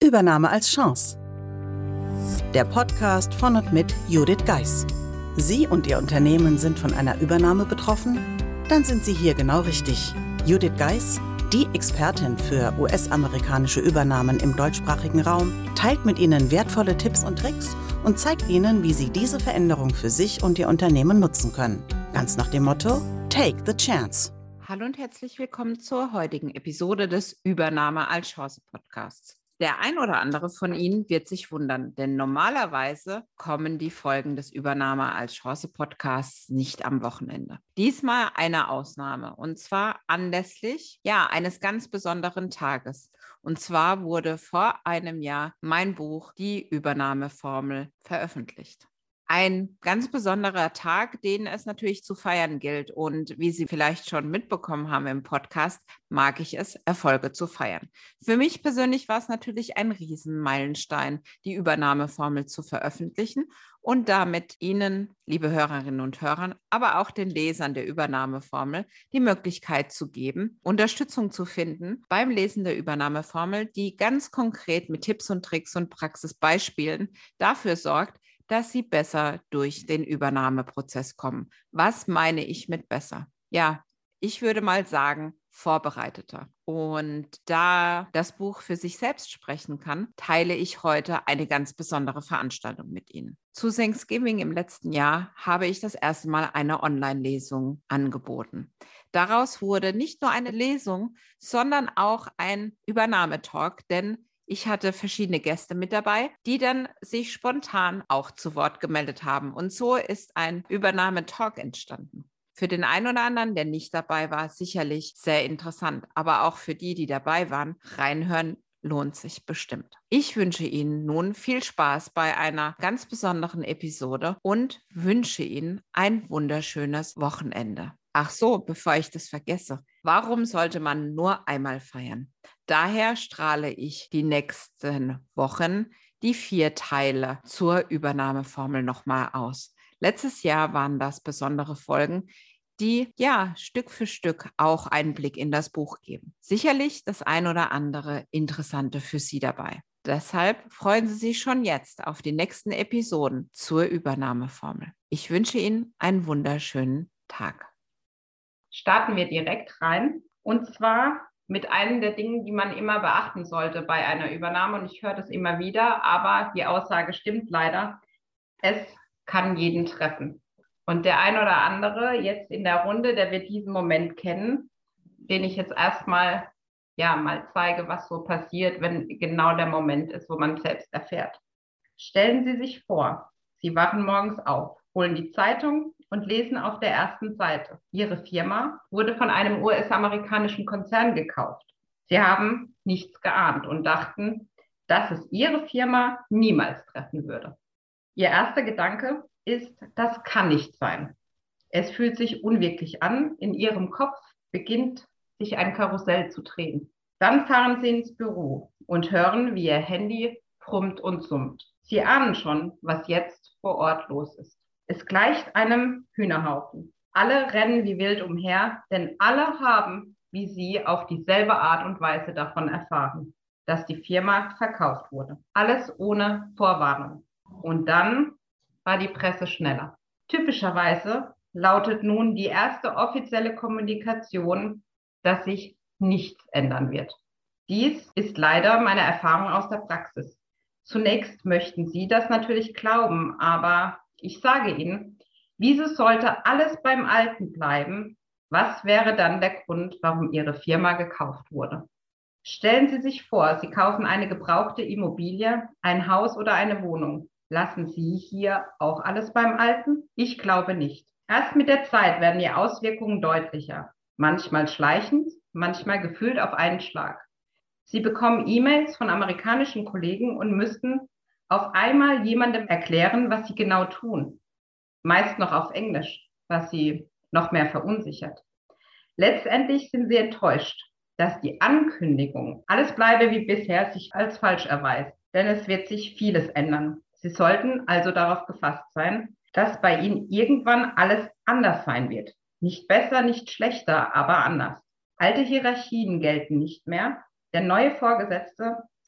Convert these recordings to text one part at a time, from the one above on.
Übernahme als Chance. Der Podcast von und mit Judith Geis. Sie und Ihr Unternehmen sind von einer Übernahme betroffen? Dann sind Sie hier genau richtig. Judith Geis, die Expertin für US-amerikanische Übernahmen im deutschsprachigen Raum, teilt mit Ihnen wertvolle Tipps und Tricks und zeigt Ihnen, wie Sie diese Veränderung für sich und Ihr Unternehmen nutzen können. Ganz nach dem Motto: Take the chance. Hallo und herzlich willkommen zur heutigen Episode des Übernahme als Chance Podcasts. Der ein oder andere von Ihnen wird sich wundern, denn normalerweise kommen die Folgen des Übernahme als Chance Podcasts nicht am Wochenende. Diesmal eine Ausnahme, und zwar anlässlich eines ganz besonderen Tages. Und zwar wurde vor einem Jahr mein Buch Die Übernahmeformel veröffentlicht. Ein ganz besonderer Tag, den es natürlich zu feiern gilt. Und wie Sie vielleicht schon mitbekommen haben im Podcast, mag ich es, Erfolge zu feiern. Für mich persönlich war es natürlich ein Riesenmeilenstein, die Übernahmeformel zu veröffentlichen und damit Ihnen, liebe Hörerinnen und Hörer, aber auch den Lesern der Übernahmeformel die Möglichkeit zu geben, Unterstützung zu finden beim Lesen der Übernahmeformel, die ganz konkret mit Tipps und Tricks und Praxisbeispielen dafür sorgt, dass Sie besser durch den Übernahmeprozess kommen. Was meine ich mit besser? Ja, ich würde mal sagen, vorbereiteter. Und da das Buch für sich selbst sprechen kann, teile ich heute eine ganz besondere Veranstaltung mit Ihnen. Zu Thanksgiving im letzten Jahr habe ich das erste Mal eine Online-Lesung angeboten. Daraus wurde nicht nur eine Lesung, sondern auch ein Übernahmetalk, denn ich hatte verschiedene Gäste mit dabei, die dann sich spontan auch zu Wort gemeldet haben. Und so ist ein Übernahmetalk entstanden. Für den einen oder anderen, der nicht dabei war, sicherlich sehr interessant. Aber auch für die, die dabei waren, reinhören lohnt sich bestimmt. Ich wünsche Ihnen nun viel Spaß bei einer ganz besonderen Episode und wünsche Ihnen ein wunderschönes Wochenende. Ach so, bevor ich das vergesse. Warum sollte man nur einmal feiern? Daher strahle ich die nächsten Wochen die 4 Teile zur Übernahmeformel nochmal aus. Letztes Jahr waren das besondere Folgen, die Stück für Stück auch einen Blick in das Buch geben. Sicherlich das ein oder andere Interessante für Sie dabei. Deshalb freuen Sie sich schon jetzt auf die nächsten Episoden zur Übernahmeformel. Ich wünsche Ihnen einen wunderschönen Tag. Starten wir direkt rein, und zwar mit einem der Dinge, die man immer beachten sollte bei einer Übernahme, und ich höre das immer wieder, aber die Aussage stimmt leider: Es kann jeden treffen. Und der ein oder andere jetzt in der Runde, der wird diesen Moment kennen, den ich jetzt erstmal mal zeige, was so passiert, wenn genau der Moment ist, wo man es selbst erfährt. Stellen Sie sich vor, Sie wachen morgens auf, holen die Zeitung und lesen auf der ersten Seite: Ihre Firma wurde von einem US-amerikanischen Konzern gekauft. Sie haben nichts geahnt und dachten, dass es Ihre Firma niemals treffen würde. Ihr erster Gedanke ist: Das kann nicht sein. Es fühlt sich unwirklich an. In Ihrem Kopf beginnt sich ein Karussell zu drehen. Dann fahren Sie ins Büro und hören, wie Ihr Handy brummt und summt. Sie ahnen schon, was jetzt vor Ort los ist. Es gleicht einem Hühnerhaufen. Alle rennen wie wild umher, denn alle haben, wie Sie, auf dieselbe Art und Weise davon erfahren, dass die Firma verkauft wurde. Alles ohne Vorwarnung. Und dann war die Presse schneller. Typischerweise lautet nun die erste offizielle Kommunikation, dass sich nichts ändern wird. Dies ist leider meine Erfahrung aus der Praxis. Zunächst möchten Sie das natürlich glauben, aber ich sage Ihnen, wieso sollte alles beim Alten bleiben? Was wäre dann der Grund, warum Ihre Firma gekauft wurde? Stellen Sie sich vor, Sie kaufen eine gebrauchte Immobilie, ein Haus oder eine Wohnung. Lassen Sie hier auch alles beim Alten? Ich glaube nicht. Erst mit der Zeit werden die Auswirkungen deutlicher. Manchmal schleichend, manchmal gefühlt auf einen Schlag. Sie bekommen E-Mails von amerikanischen Kollegen und müssten auf einmal jemandem erklären, was sie genau tun. Meist noch auf Englisch, was sie noch mehr verunsichert. Letztendlich sind sie enttäuscht, dass die Ankündigung, alles bleibe wie bisher, sich als falsch erweist. Denn es wird sich vieles ändern. Sie sollten also darauf gefasst sein, dass bei Ihnen irgendwann alles anders sein wird. Nicht besser, nicht schlechter, aber anders. Alte Hierarchien gelten nicht mehr. Der neue Vorgesetzte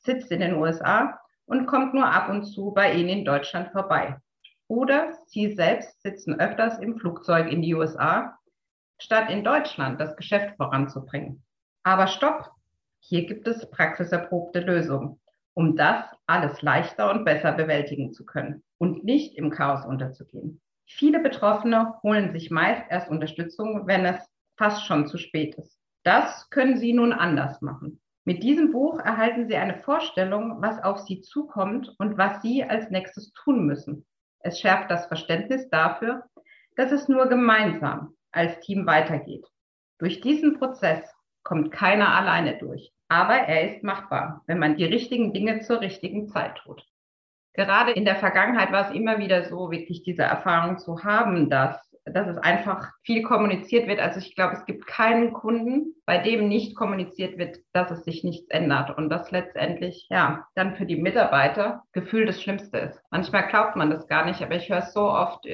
sitzt in den USA und kommt nur ab und zu bei Ihnen in Deutschland vorbei. Oder Sie selbst sitzen öfters im Flugzeug in die USA, statt in Deutschland das Geschäft voranzubringen. Aber stopp! Hier gibt es praxiserprobte Lösungen, um das alles leichter und besser bewältigen zu können und nicht im Chaos unterzugehen. Viele Betroffene holen sich meist erst Unterstützung, wenn es fast schon zu spät ist. Das können Sie nun anders machen. Mit diesem Buch erhalten Sie eine Vorstellung, was auf Sie zukommt und was Sie als nächstes tun müssen. Es schärft das Verständnis dafür, dass es nur gemeinsam als Team weitergeht. Durch diesen Prozess kommt keiner alleine durch. Aber er ist machbar, wenn man die richtigen Dinge zur richtigen Zeit tut. Gerade in der Vergangenheit war es immer wieder so, wirklich diese Erfahrung zu haben, dass es einfach viel kommuniziert wird. Also ich glaube, es gibt keinen Kunden, bei dem nicht kommuniziert wird, dass es sich nichts ändert und das letztendlich dann für die Mitarbeiter Gefühl das Schlimmste ist. Manchmal glaubt man das gar nicht, aber ich höre es so oft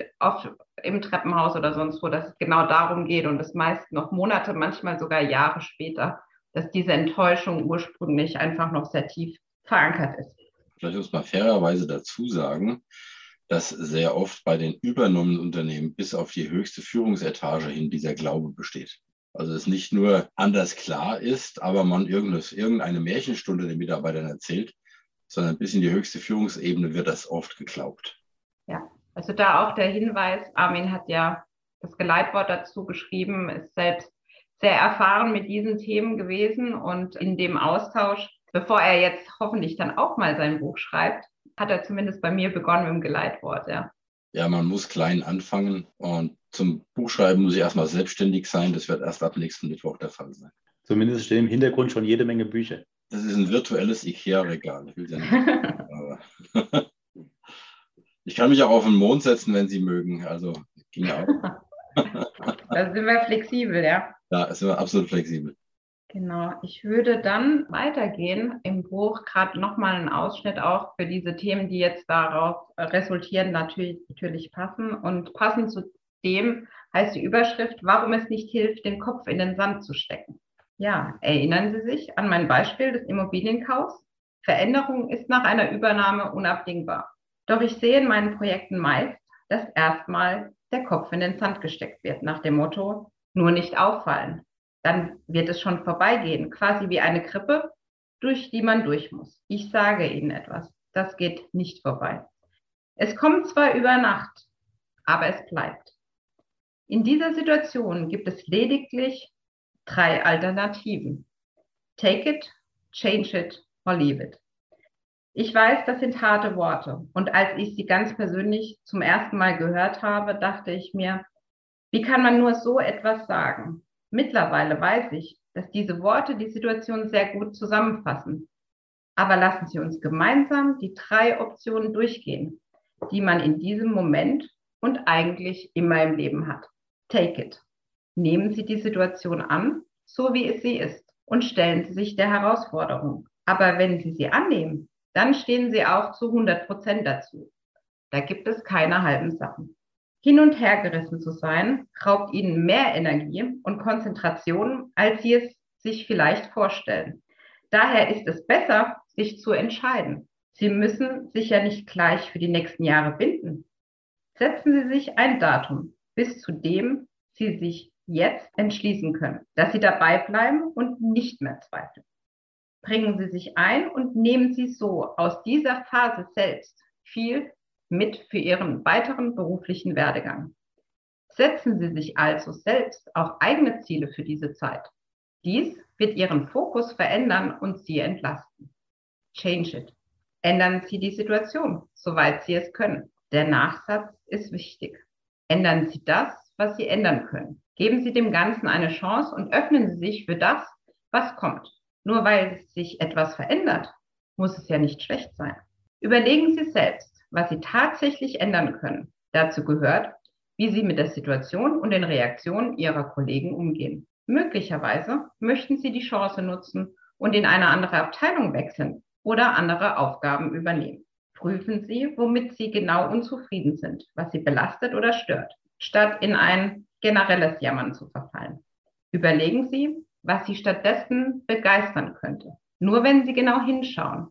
im Treppenhaus oder sonst wo, dass es genau darum geht und es meist noch Monate, manchmal sogar Jahre später, dass diese Enttäuschung ursprünglich einfach noch sehr tief verankert ist. Vielleicht muss man fairerweise dazu sagen, dass sehr oft bei den übernommenen Unternehmen bis auf die höchste Führungsetage hin dieser Glaube besteht. Also es nicht nur anders klar ist, aber man irgendeine Märchenstunde den Mitarbeitern erzählt, sondern bis in die höchste Führungsebene wird das oft geglaubt. Ja, also da auch der Hinweis, Armin hat ja das Geleitwort dazu geschrieben, ist selbst sehr erfahren mit diesen Themen gewesen und in dem Austausch, bevor er jetzt hoffentlich dann auch mal sein Buch schreibt, hat er zumindest bei mir begonnen mit dem Geleitwort, ja. Ja, man muss klein anfangen und zum Buchschreiben muss ich erstmal selbstständig sein. Das wird erst ab nächsten Mittwoch der Fall sein. Zumindest stehen im Hintergrund schon jede Menge Bücher. Das ist ein virtuelles IKEA-Regal. Ich will ja nicht, aber ich kann mich auch auf den Mond setzen, wenn Sie mögen. Also ging ja auch. Da sind wir flexibel, ja. Ja, sind wir absolut flexibel. Genau, ich würde dann weitergehen im Buch, gerade nochmal einen Ausschnitt auch für diese Themen, die jetzt darauf resultieren, natürlich passen. Und passend zu dem heißt die Überschrift, warum es nicht hilft, den Kopf in den Sand zu stecken. Ja, erinnern Sie sich an mein Beispiel des Immobilienkaufs? Veränderung ist nach einer Übernahme unabdingbar. Doch ich sehe in meinen Projekten meist, dass erstmal der Kopf in den Sand gesteckt wird, nach dem Motto, nur nicht auffallen. Dann wird es schon vorbeigehen, quasi wie eine Grippe, durch die man durch muss. Ich sage Ihnen etwas, das geht nicht vorbei. Es kommt zwar über Nacht, aber es bleibt. In dieser Situation gibt es lediglich 3 Alternativen. Take it, change it or leave it. Ich weiß, das sind harte Worte und als ich sie ganz persönlich zum ersten Mal gehört habe, dachte ich mir, wie kann man nur so etwas sagen? Mittlerweile weiß ich, dass diese Worte die Situation sehr gut zusammenfassen. Aber lassen Sie uns gemeinsam die 3 Optionen durchgehen, die man in diesem Moment und eigentlich immer im Leben hat. Take it. Nehmen Sie die Situation an, so wie es sie ist, und stellen Sie sich der Herausforderung. Aber wenn Sie sie annehmen, dann stehen Sie auch zu 100% dazu. Da gibt es keine halben Sachen. Hin und her gerissen zu sein, raubt Ihnen mehr Energie und Konzentration, als Sie es sich vielleicht vorstellen. Daher ist es besser, sich zu entscheiden. Sie müssen sich ja nicht gleich für die nächsten Jahre binden. Setzen Sie sich ein Datum, bis zu dem Sie sich jetzt entschließen können, dass Sie dabei bleiben und nicht mehr zweifeln. Bringen Sie sich ein und nehmen Sie so aus dieser Phase selbst viel mit für Ihren weiteren beruflichen Werdegang. Setzen Sie sich also selbst auch eigene Ziele für diese Zeit. Dies wird Ihren Fokus verändern und Sie entlasten. Change it. Ändern Sie die Situation, soweit Sie es können. Der Nachsatz ist wichtig. Ändern Sie das, was Sie ändern können. Geben Sie dem Ganzen eine Chance und öffnen Sie sich für das, was kommt. Nur weil sich etwas verändert, muss es ja nicht schlecht sein. Überlegen Sie selbst, was Sie tatsächlich ändern können. Dazu gehört, wie Sie mit der Situation und den Reaktionen Ihrer Kollegen umgehen. Möglicherweise möchten Sie die Chance nutzen und in eine andere Abteilung wechseln oder andere Aufgaben übernehmen. Prüfen Sie, womit Sie genau unzufrieden sind, was Sie belastet oder stört, statt in ein generelles Jammern zu verfallen. Überlegen Sie, was Sie stattdessen begeistern könnte. Nur wenn Sie genau hinschauen,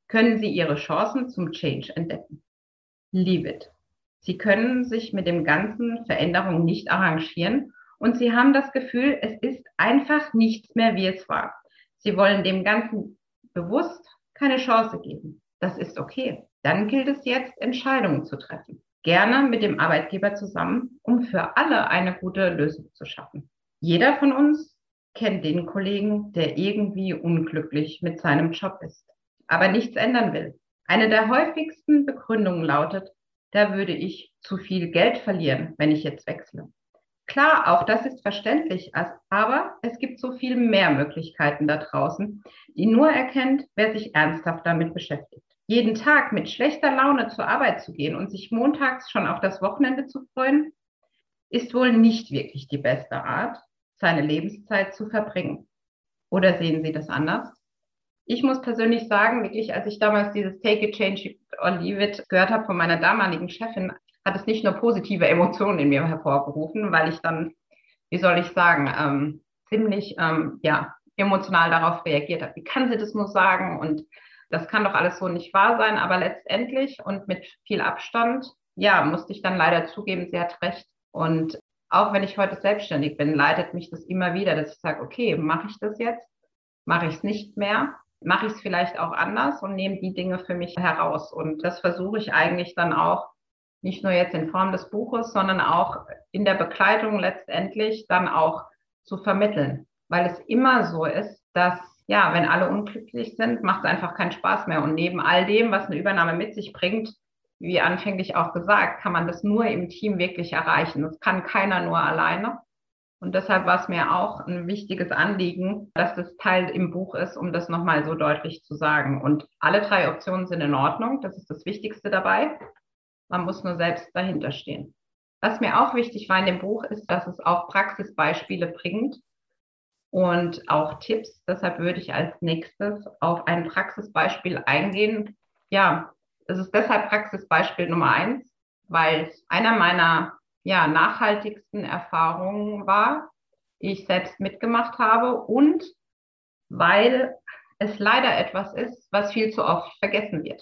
können Sie Ihre Chancen zum Change entdecken. Leave it. Sie können sich mit dem ganzen Veränderungen nicht arrangieren und Sie haben das Gefühl, es ist einfach nichts mehr, wie es war. Sie wollen dem Ganzen bewusst keine Chance geben. Das ist okay. Dann gilt es jetzt, Entscheidungen zu treffen. Gerne mit dem Arbeitgeber zusammen, um für alle eine gute Lösung zu schaffen. Jeder von uns kennt den Kollegen, der irgendwie unglücklich mit seinem Job ist, aber nichts ändern will. Eine der häufigsten Begründungen lautet, da würde ich zu viel Geld verlieren, wenn ich jetzt wechsle. Klar, auch das ist verständlich, aber es gibt so viel mehr Möglichkeiten da draußen, die nur erkennt, wer sich ernsthaft damit beschäftigt. Jeden Tag mit schlechter Laune zur Arbeit zu gehen und sich montags schon auf das Wochenende zu freuen, ist wohl nicht wirklich die beste Art, seine Lebenszeit zu verbringen. Oder sehen Sie das anders? Ich muss persönlich sagen, wirklich, als ich damals dieses Take it, change it or leave it gehört habe von meiner damaligen Chefin, hat es nicht nur positive Emotionen in mir hervorgerufen, weil ich dann, wie soll ich sagen, ziemlich emotional darauf reagiert habe. Wie kann sie das nur sagen? Und das kann doch alles so nicht wahr sein. Aber letztendlich und mit viel Abstand, musste ich dann leider zugeben, sie hat recht. Und auch wenn ich heute selbstständig bin, leitet mich das immer wieder, dass ich sage, okay, mache ich das jetzt? Mache ich es nicht mehr? Mache ich es vielleicht auch anders und nehme die Dinge für mich heraus? Und das versuche ich eigentlich dann auch, nicht nur jetzt in Form des Buches, sondern auch in der Begleitung letztendlich dann auch zu vermitteln. Weil es immer so ist, dass, wenn alle unglücklich sind, macht es einfach keinen Spaß mehr. Und neben all dem, was eine Übernahme mit sich bringt, wie anfänglich auch gesagt, kann man das nur im Team wirklich erreichen. Das kann keiner nur alleine. Und deshalb war es mir auch ein wichtiges Anliegen, dass das Teil im Buch ist, um das nochmal so deutlich zu sagen. Und alle 3 Optionen sind in Ordnung. Das ist das Wichtigste dabei. Man muss nur selbst dahinter stehen. Was mir auch wichtig war in dem Buch, ist, dass es auch Praxisbeispiele bringt und auch Tipps. Deshalb würde ich als nächstes auf ein Praxisbeispiel eingehen. Ja, das ist deshalb Praxisbeispiel Nummer 1, weil es einer meiner nachhaltigsten Erfahrungen war, die ich selbst mitgemacht habe und weil es leider etwas ist, was viel zu oft vergessen wird.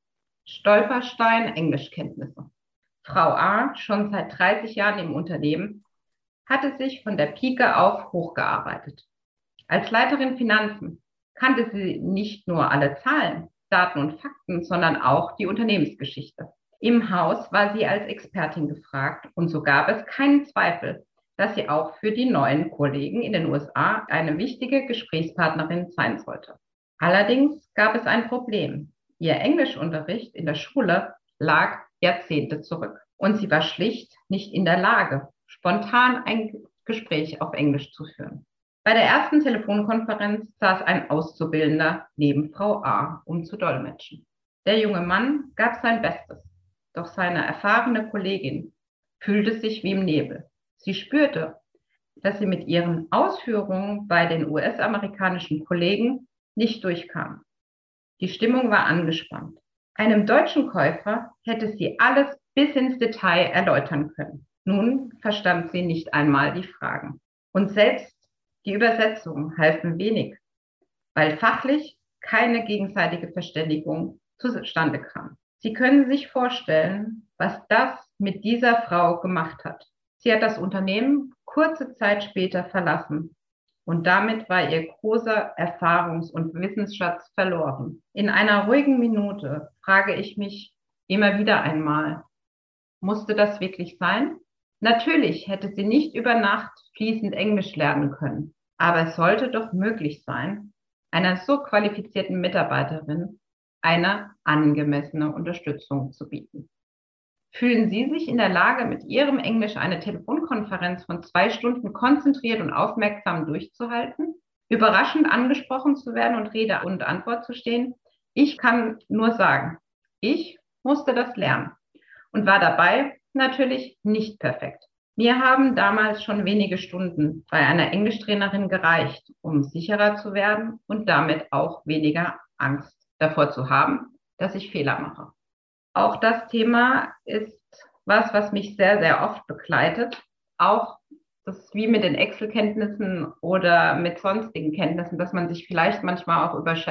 Stolperstein Englischkenntnisse. Frau A, schon seit 30 Jahren im Unternehmen, hatte sich von der Pike auf hochgearbeitet. Als Leiterin Finanzen kannte sie nicht nur alle Zahlen, Daten und Fakten, sondern auch die Unternehmensgeschichte. Im Haus war sie als Expertin gefragt und so gab es keinen Zweifel, dass sie auch für die neuen Kollegen in den USA eine wichtige Gesprächspartnerin sein sollte. Allerdings gab es ein Problem. Ihr Englischunterricht in der Schule lag Jahrzehnte zurück und sie war schlicht nicht in der Lage, spontan ein Gespräch auf Englisch zu führen. Bei der ersten Telefonkonferenz saß ein Auszubildender neben Frau A, um zu dolmetschen. Der junge Mann gab sein Bestes, doch seine erfahrene Kollegin fühlte sich wie im Nebel. Sie spürte, dass sie mit ihren Ausführungen bei den US-amerikanischen Kollegen nicht durchkam. Die Stimmung war angespannt. Einem deutschen Käufer hätte sie alles bis ins Detail erläutern können. Nun verstand sie nicht einmal die Fragen. Und selbst die Übersetzungen halfen wenig, weil fachlich keine gegenseitige Verständigung zustande kam. Sie können sich vorstellen, was das mit dieser Frau gemacht hat. Sie hat das Unternehmen kurze Zeit später verlassen. Und damit war ihr großer Erfahrungs- und Wissensschatz verloren. In einer ruhigen Minute frage ich mich immer wieder einmal, musste das wirklich sein? Natürlich hätte sie nicht über Nacht fließend Englisch lernen können, aber es sollte doch möglich sein, einer so qualifizierten Mitarbeiterin eine angemessene Unterstützung zu bieten. Fühlen Sie sich in der Lage, mit Ihrem Englisch eine Telefonkonferenz von 2 Stunden konzentriert und aufmerksam durchzuhalten? Überraschend angesprochen zu werden und Rede und Antwort zu stehen? Ich kann nur sagen, ich musste das lernen und war dabei natürlich nicht perfekt. Mir haben damals schon wenige Stunden bei einer Englischtrainerin gereicht, um sicherer zu werden und damit auch weniger Angst davor zu haben, dass ich Fehler mache. Auch das Thema ist was mich sehr, sehr oft begleitet. Auch das wie mit den Excel-Kenntnissen oder mit sonstigen Kenntnissen, dass man sich vielleicht manchmal auch überschätzt.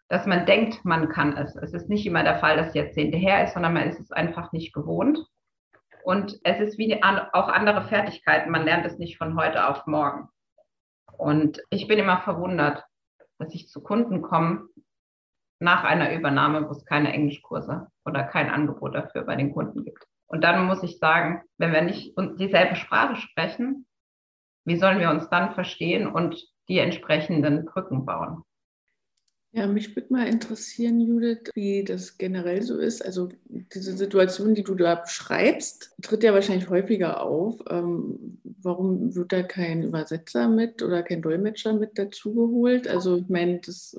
dass man denkt, man kann es. Es ist nicht immer der Fall, dass Jahrzehnte her ist, sondern man ist es einfach nicht gewohnt. Und es ist wie auch andere Fertigkeiten. Man lernt es nicht von heute auf morgen. Und ich bin immer verwundert, dass ich zu Kunden komme nach einer Übernahme, wo es keine Englischkurse oder kein Angebot dafür bei den Kunden gibt. Und dann muss ich sagen, wenn wir nicht dieselbe Sprache sprechen, wie sollen wir uns dann verstehen und die entsprechenden Brücken bauen? Ja, mich würde mal interessieren, Judith, wie das generell so ist. Also diese Situation, die du da beschreibst, tritt ja wahrscheinlich häufiger auf. Warum wird da kein Übersetzer mit oder kein Dolmetscher mit dazugeholt? Also ich meine, das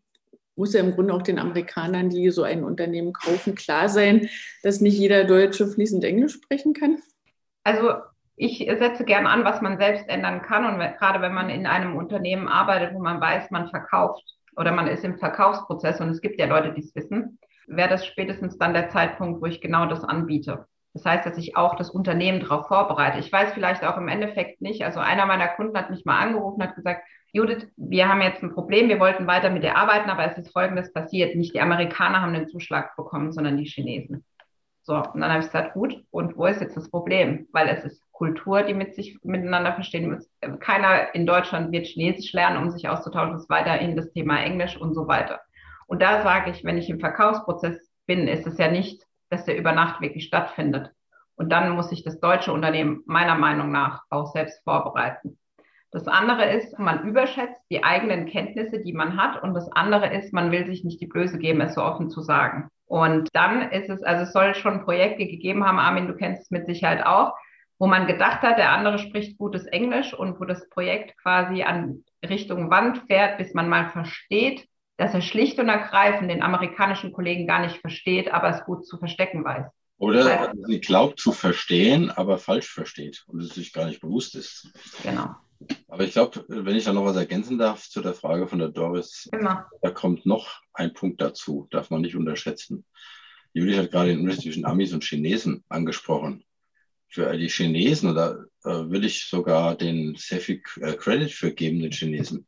muss ja im Grunde auch den Amerikanern, die so ein Unternehmen kaufen, klar sein, dass nicht jeder Deutsche fließend Englisch sprechen kann. Also ich setze gern an, was man selbst ändern kann. Und gerade wenn man in einem Unternehmen arbeitet, wo man weiß, man verkauft, oder man ist im Verkaufsprozess und es gibt ja Leute, die es wissen, wäre das spätestens dann der Zeitpunkt, wo ich genau das anbiete. Das heißt, dass ich auch das Unternehmen darauf vorbereite. Ich weiß vielleicht auch im Endeffekt nicht, also einer meiner Kunden hat mich mal angerufen und hat gesagt, Judith, wir haben jetzt ein Problem, wir wollten weiter mit dir arbeiten, aber es ist Folgendes passiert. Nicht die Amerikaner haben den Zuschlag bekommen, sondern die Chinesen. So, und dann habe ich gesagt, gut, und wo ist jetzt das Problem? Weil es ist Kultur, die miteinander verstehen muss. Keiner in Deutschland wird Chinesisch lernen, um sich auszutauschen, es ist weiterhin das Thema Englisch und so weiter. Und da sage ich, wenn ich im Verkaufsprozess bin, ist es ja nicht, dass der über Nacht wirklich stattfindet. Und dann muss sich das deutsche Unternehmen meiner Meinung nach auch selbst vorbereiten. Das andere ist, man überschätzt die eigenen Kenntnisse, die man hat. Und das andere ist, man will sich nicht die Blöße geben, es so offen zu sagen. Und dann ist es, also es soll schon Projekte gegeben haben, Armin, du kennst es mit Sicherheit auch, wo man gedacht hat, der andere spricht gutes Englisch und wo das Projekt quasi an Richtung Wand fährt, bis man mal versteht, dass er schlicht und ergreifend den amerikanischen Kollegen gar nicht versteht, aber es gut zu verstecken weiß. Oder sie glaubt zu verstehen, aber falsch versteht und es sich gar nicht bewusst ist. Genau. Aber ich glaube, wenn ich da noch was ergänzen darf zu der Frage von der Doris, da kommt noch ein Punkt dazu, darf man nicht unterschätzen. Judith hat gerade den Unterschied zwischen Amis und Chinesen angesprochen. Für die Chinesen, da will ich sogar den sehr viel Credit für geben, den Chinesen.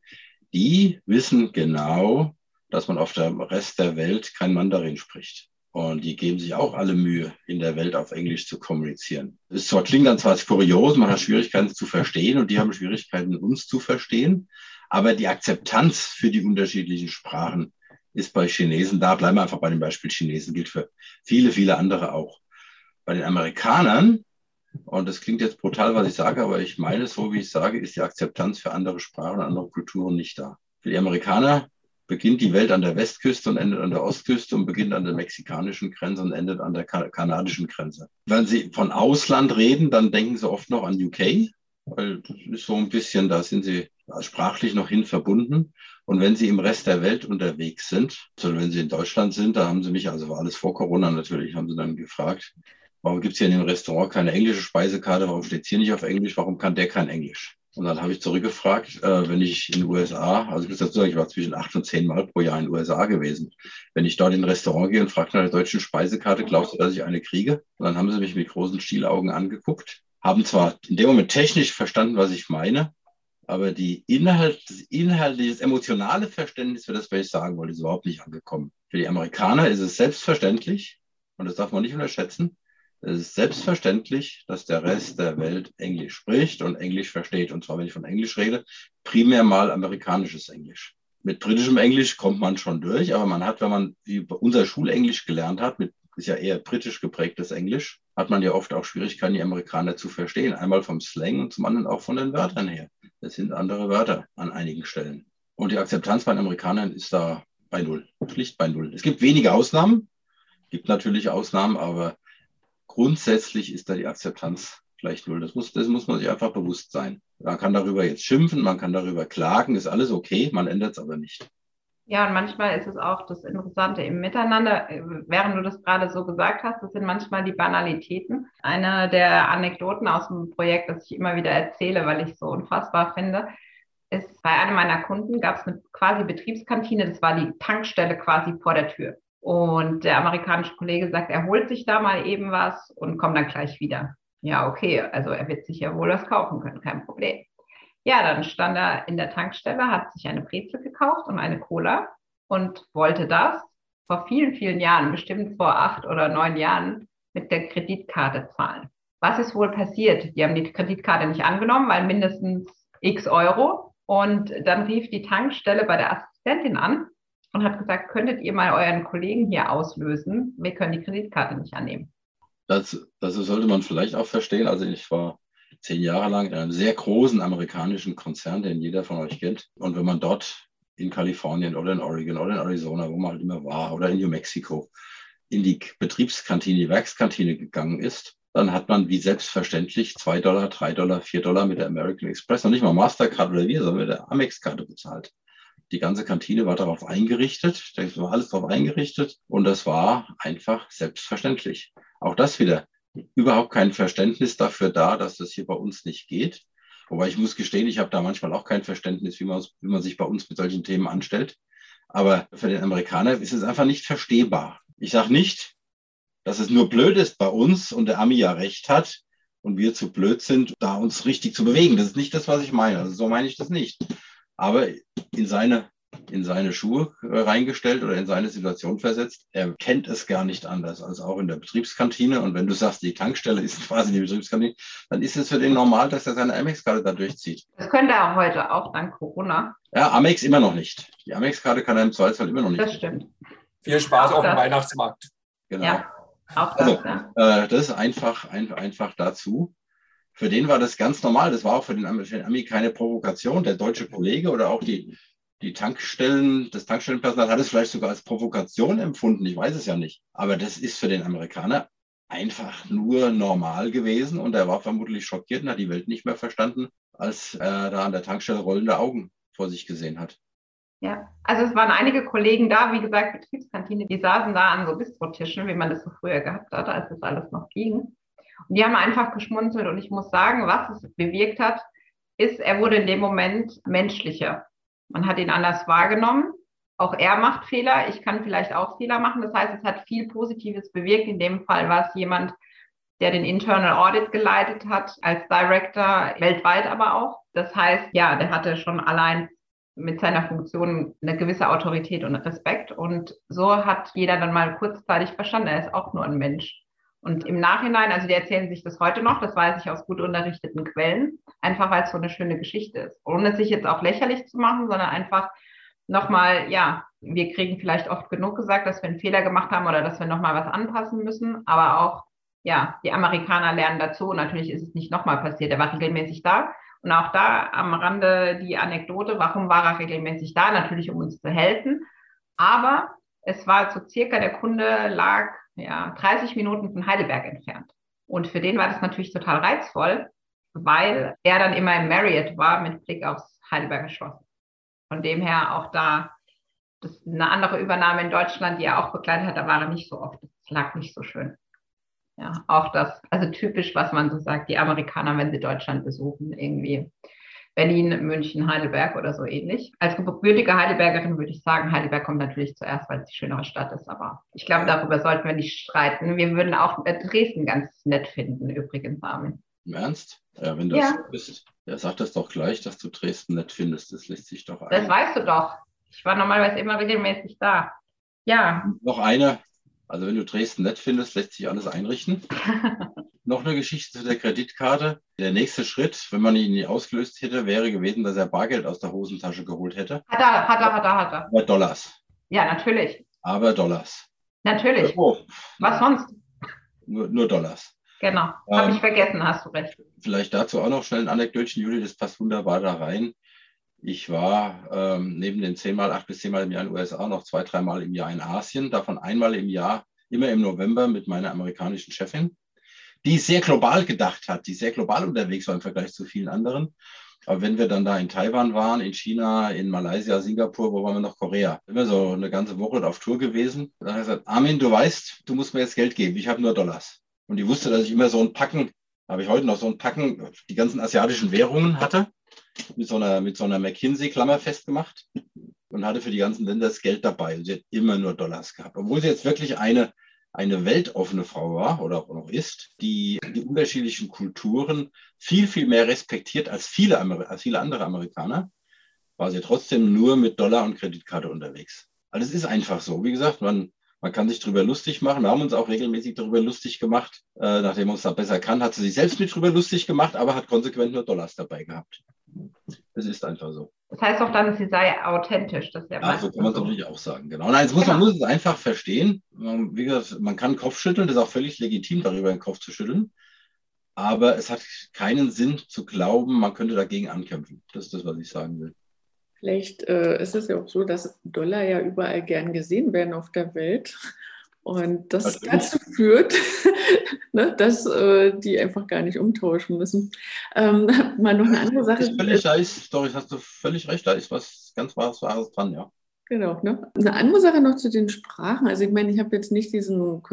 Die wissen genau, dass man auf dem Rest der Welt kein Mandarin spricht. Und die geben sich auch alle Mühe, in der Welt auf Englisch zu kommunizieren. Es klingt dann zwar kurios, man hat Schwierigkeiten zu verstehen und die haben Schwierigkeiten, uns zu verstehen. Aber die Akzeptanz für die unterschiedlichen Sprachen ist bei Chinesen da. Bleiben wir einfach bei dem Beispiel Chinesen, gilt für viele, viele andere auch. Bei den Amerikanern, und das klingt jetzt brutal, was ich sage, aber ich meine es so, wie ich sage, ist die Akzeptanz für andere Sprachen und andere Kulturen nicht da. Für die Amerikaner beginnt die Welt an der Westküste und endet an der Ostküste und beginnt an der mexikanischen Grenze und endet an der kanadischen Grenze. Wenn Sie von Ausland reden, dann denken Sie oft noch an UK, weil das ist so ein bisschen, da sind Sie sprachlich noch hin verbunden. Und wenn Sie im Rest der Welt unterwegs sind, also wenn Sie in Deutschland sind, da haben Sie mich, also war alles vor Corona natürlich, haben Sie dann gefragt, warum gibt es hier in dem Restaurant keine englische Speisekarte, warum steht es hier nicht auf Englisch, warum kann der kein Englisch? Und dann habe ich zurückgefragt, wenn ich in den USA, also ich muss dazu sagen, ich war zwischen 8 und 10 Mal pro Jahr in den USA gewesen. Wenn ich dort in ein Restaurant gehe und frage nach der deutschen Speisekarte, glaubst du, dass ich eine kriege? Und dann haben sie mich mit großen Stielaugen angeguckt, haben zwar in dem Moment technisch verstanden, was ich meine, aber das inhaltliche, das emotionale Verständnis für das, was ich sagen wollte, ist überhaupt nicht angekommen. Für die Amerikaner ist es selbstverständlich, und das darf man nicht unterschätzen, es ist selbstverständlich, dass der Rest der Welt Englisch spricht und Englisch versteht. Und zwar, wenn ich von Englisch rede, primär mal amerikanisches Englisch. Mit britischem Englisch kommt man schon durch, aber man hat, wenn man wie unser Schulenglisch gelernt hat, ist ja eher britisch geprägtes Englisch, hat man ja oft auch Schwierigkeiten, die Amerikaner zu verstehen. Einmal vom Slang und zum anderen auch von den Wörtern her. Das sind andere Wörter an einigen Stellen. Und die Akzeptanz bei den Amerikanern ist da bei null, schlicht bei null. Es gibt wenige Ausnahmen, gibt natürlich Ausnahmen, aber grundsätzlich ist da die Akzeptanz gleich null. Das muss man sich einfach bewusst sein. Man kann darüber jetzt schimpfen, man kann darüber klagen, ist alles okay, man ändert es aber nicht. Ja, und manchmal ist es auch das Interessante im Miteinander, während du das gerade so gesagt hast, das sind manchmal die Banalitäten. Eine der Anekdoten aus dem Projekt, das ich immer wieder erzähle, weil ich es so unfassbar finde, ist, bei einem meiner Kunden gab es eine quasi Betriebskantine, das war die Tankstelle quasi vor der Tür. Und der amerikanische Kollege sagt, er holt sich da mal eben was und kommt dann gleich wieder. Ja, okay, also er wird sich ja wohl was kaufen können, kein Problem. Ja, dann stand er in der Tankstelle, hat sich eine Brezel gekauft und eine Cola und wollte das vor vielen, vielen Jahren, bestimmt vor 8 oder 9 Jahren, mit der Kreditkarte zahlen. Was ist wohl passiert? Die haben die Kreditkarte nicht angenommen, weil mindestens x Euro. Und dann rief die Tankstelle bei der Assistentin an und hat gesagt, könntet ihr mal euren Kollegen hier auslösen? Wir können die Kreditkarte nicht annehmen. Das sollte man vielleicht auch verstehen. Also ich war 10 Jahre lang in einem sehr großen amerikanischen Konzern, den jeder von euch kennt. Und wenn man dort in Kalifornien oder in Oregon oder in Arizona, wo man halt immer war, oder in New Mexico, in die Betriebskantine, die Werkskantine gegangen ist, dann hat man wie selbstverständlich $2, $3, $4 mit der American Express, noch nicht mal Mastercard oder Visa, sondern mit der Amex-Karte bezahlt. Die ganze Kantine war darauf eingerichtet, da war alles darauf eingerichtet und das war einfach selbstverständlich. Auch das wieder, überhaupt kein Verständnis dafür da, dass das hier bei uns nicht geht. Wobei ich muss gestehen, ich habe da manchmal auch kein Verständnis, wie man sich bei uns mit solchen Themen anstellt. Aber für den Amerikaner ist es einfach nicht verstehbar. Ich sage nicht, dass es nur blöd ist bei uns und der Ami ja recht hat und wir zu blöd sind, da uns richtig zu bewegen. Das ist nicht das, was ich meine. Also so meine ich das nicht. Aber in seine Schuhe reingestellt oder in seine Situation versetzt, er kennt es gar nicht anders als auch in der Betriebskantine. Und wenn du sagst, die Tankstelle ist quasi die Betriebskantine, dann ist es für den normal, dass er seine Amex-Karte da durchzieht. Das könnte er heute auch dank Corona. Ja, Amex immer noch nicht. Die Amex-Karte kann er im Zweifelsfall immer noch nicht. Das stimmt. Viel Spaß Auch auf dem das. Weihnachtsmarkt. Genau. Ja, auch das, Also, ja. das ist einfach dazu. Für den war das ganz normal. Das war auch für den Ami keine Provokation. Der deutsche Kollege oder auch das Tankstellenpersonal hat es vielleicht sogar als Provokation empfunden. Ich weiß es ja nicht. Aber das ist für den Amerikaner einfach nur normal gewesen. Und er war vermutlich schockiert und hat die Welt nicht mehr verstanden, als er da an der Tankstelle rollende Augen vor sich gesehen hat. Ja, also es waren einige Kollegen da, wie gesagt, Betriebskantine, die saßen da an so Bistrotischen, wie man das so früher gehabt hat, als das alles noch ging. Und die haben einfach geschmunzelt und ich muss sagen, was es bewirkt hat, ist, er wurde in dem Moment menschlicher. Man hat ihn anders wahrgenommen. Auch er macht Fehler. Ich kann vielleicht auch Fehler machen. Das heißt, es hat viel Positives bewirkt. In dem Fall war es jemand, der den Internal Audit geleitet hat, als Director, weltweit aber auch. Das heißt, ja, der hatte schon allein mit seiner Funktion eine gewisse Autorität und Respekt. Und so hat jeder dann mal kurzzeitig verstanden, er ist auch nur ein Mensch. Und im Nachhinein, also die erzählen sich das heute noch, das weiß ich aus gut unterrichteten Quellen, einfach weil es so eine schöne Geschichte ist. Ohne sich jetzt auch lächerlich zu machen, sondern einfach nochmal, ja, wir kriegen vielleicht oft genug gesagt, dass wir einen Fehler gemacht haben oder dass wir nochmal was anpassen müssen, aber auch, ja, die Amerikaner lernen dazu und natürlich ist es nicht nochmal passiert, er war regelmäßig da. Und auch da am Rande die Anekdote, warum war er regelmäßig da? Natürlich, um uns zu helfen. Aber es war so circa, der Kunde lag 30 Minuten von Heidelberg entfernt. Und für den war das natürlich total reizvoll, weil er dann immer im Marriott war mit Blick aufs Heidelberger Schloss. Von dem her auch da, das ist eine andere Übernahme in Deutschland, die er auch begleitet hat, da war er nicht so oft. Das lag nicht so schön. Ja, auch das, also typisch, was man so sagt, die Amerikaner, wenn sie Deutschland besuchen, irgendwie Berlin, München, Heidelberg oder so ähnlich. Als gebürtige Heidelbergerin würde ich sagen, Heidelberg kommt natürlich zuerst, weil es die schönere Stadt ist, aber ich glaube, darüber sollten wir nicht streiten. Wir würden auch Dresden ganz nett finden, übrigens, Armin. Im Ernst? Ja, wenn das so ist. Ja, sag das doch gleich, dass du Dresden nett findest. Das lässt sich doch ein. Das weißt du doch. Ich war normalerweise immer regelmäßig da. Ja. Noch eine. Also wenn du Dresden nett findest, lässt sich alles einrichten. Noch eine Geschichte zu der Kreditkarte. Der nächste Schritt, wenn man ihn nie ausgelöst hätte, wäre gewesen, dass er Bargeld aus der Hosentasche geholt hätte. Hat er. Aber Dollars. Ja, natürlich. Aber Dollars. Natürlich. Oh. Was sonst? Nur Dollars. Genau. Habe ich vergessen, hast du recht. Vielleicht dazu auch noch schnell ein Anekdötchen, Juli, das passt wunderbar da rein. Ich war neben den 8 bis 10 Mal im Jahr in den USA noch 2, 3 Mal im Jahr in Asien, davon einmal im Jahr, immer im November mit meiner amerikanischen Chefin, die sehr global gedacht hat, die sehr global unterwegs war im Vergleich zu vielen anderen. Aber wenn wir dann da in Taiwan waren, in China, in Malaysia, Singapur, wo waren wir noch? Korea, immer so eine ganze Woche auf Tour gewesen. Dann hat er gesagt, Armin, du weißt, du musst mir jetzt Geld geben, ich habe nur Dollars. Und die wusste, dass ich immer so ein Packen, habe ich heute noch so ein Packen, die ganzen asiatischen Währungen hatte. Mit so einer McKinsey-Klammer festgemacht und hatte für die ganzen Länder das Geld dabei. Und sie hat immer nur Dollars gehabt. Obwohl sie jetzt wirklich eine weltoffene Frau war oder auch noch ist, die unterschiedlichen Kulturen viel, viel mehr respektiert als viele andere Amerikaner, war sie trotzdem nur mit Dollar und Kreditkarte unterwegs. Also es ist einfach so. Wie gesagt, man kann sich darüber lustig machen. Wir haben uns auch regelmäßig darüber lustig gemacht. Nachdem man es da besser kann, hat sie sich selbst mit drüber lustig gemacht, aber hat konsequent nur Dollars dabei gehabt. Das ist einfach so. Das heißt auch dann, sie sei authentisch. Das ist ja So kann man es so. natürlich auch sagen. Genau. Nein, man muss es einfach verstehen. Wie gesagt, man kann den Kopf schütteln. Das ist auch völlig legitim, darüber den Kopf zu schütteln. Aber es hat keinen Sinn zu glauben, man könnte dagegen ankämpfen. Das ist das, was ich sagen will. Vielleicht ist es ja auch so, dass Dollar ja überall gern gesehen werden auf der Welt. Und das dazu führt, ne, dass die einfach gar nicht umtauschen müssen. Mal noch eine andere Sache. Hast du völlig recht, da ist was ganz Wahres dran, ja. Genau, ne? Eine andere Sache noch zu den Sprachen. Also ich meine, ich habe jetzt nicht diesen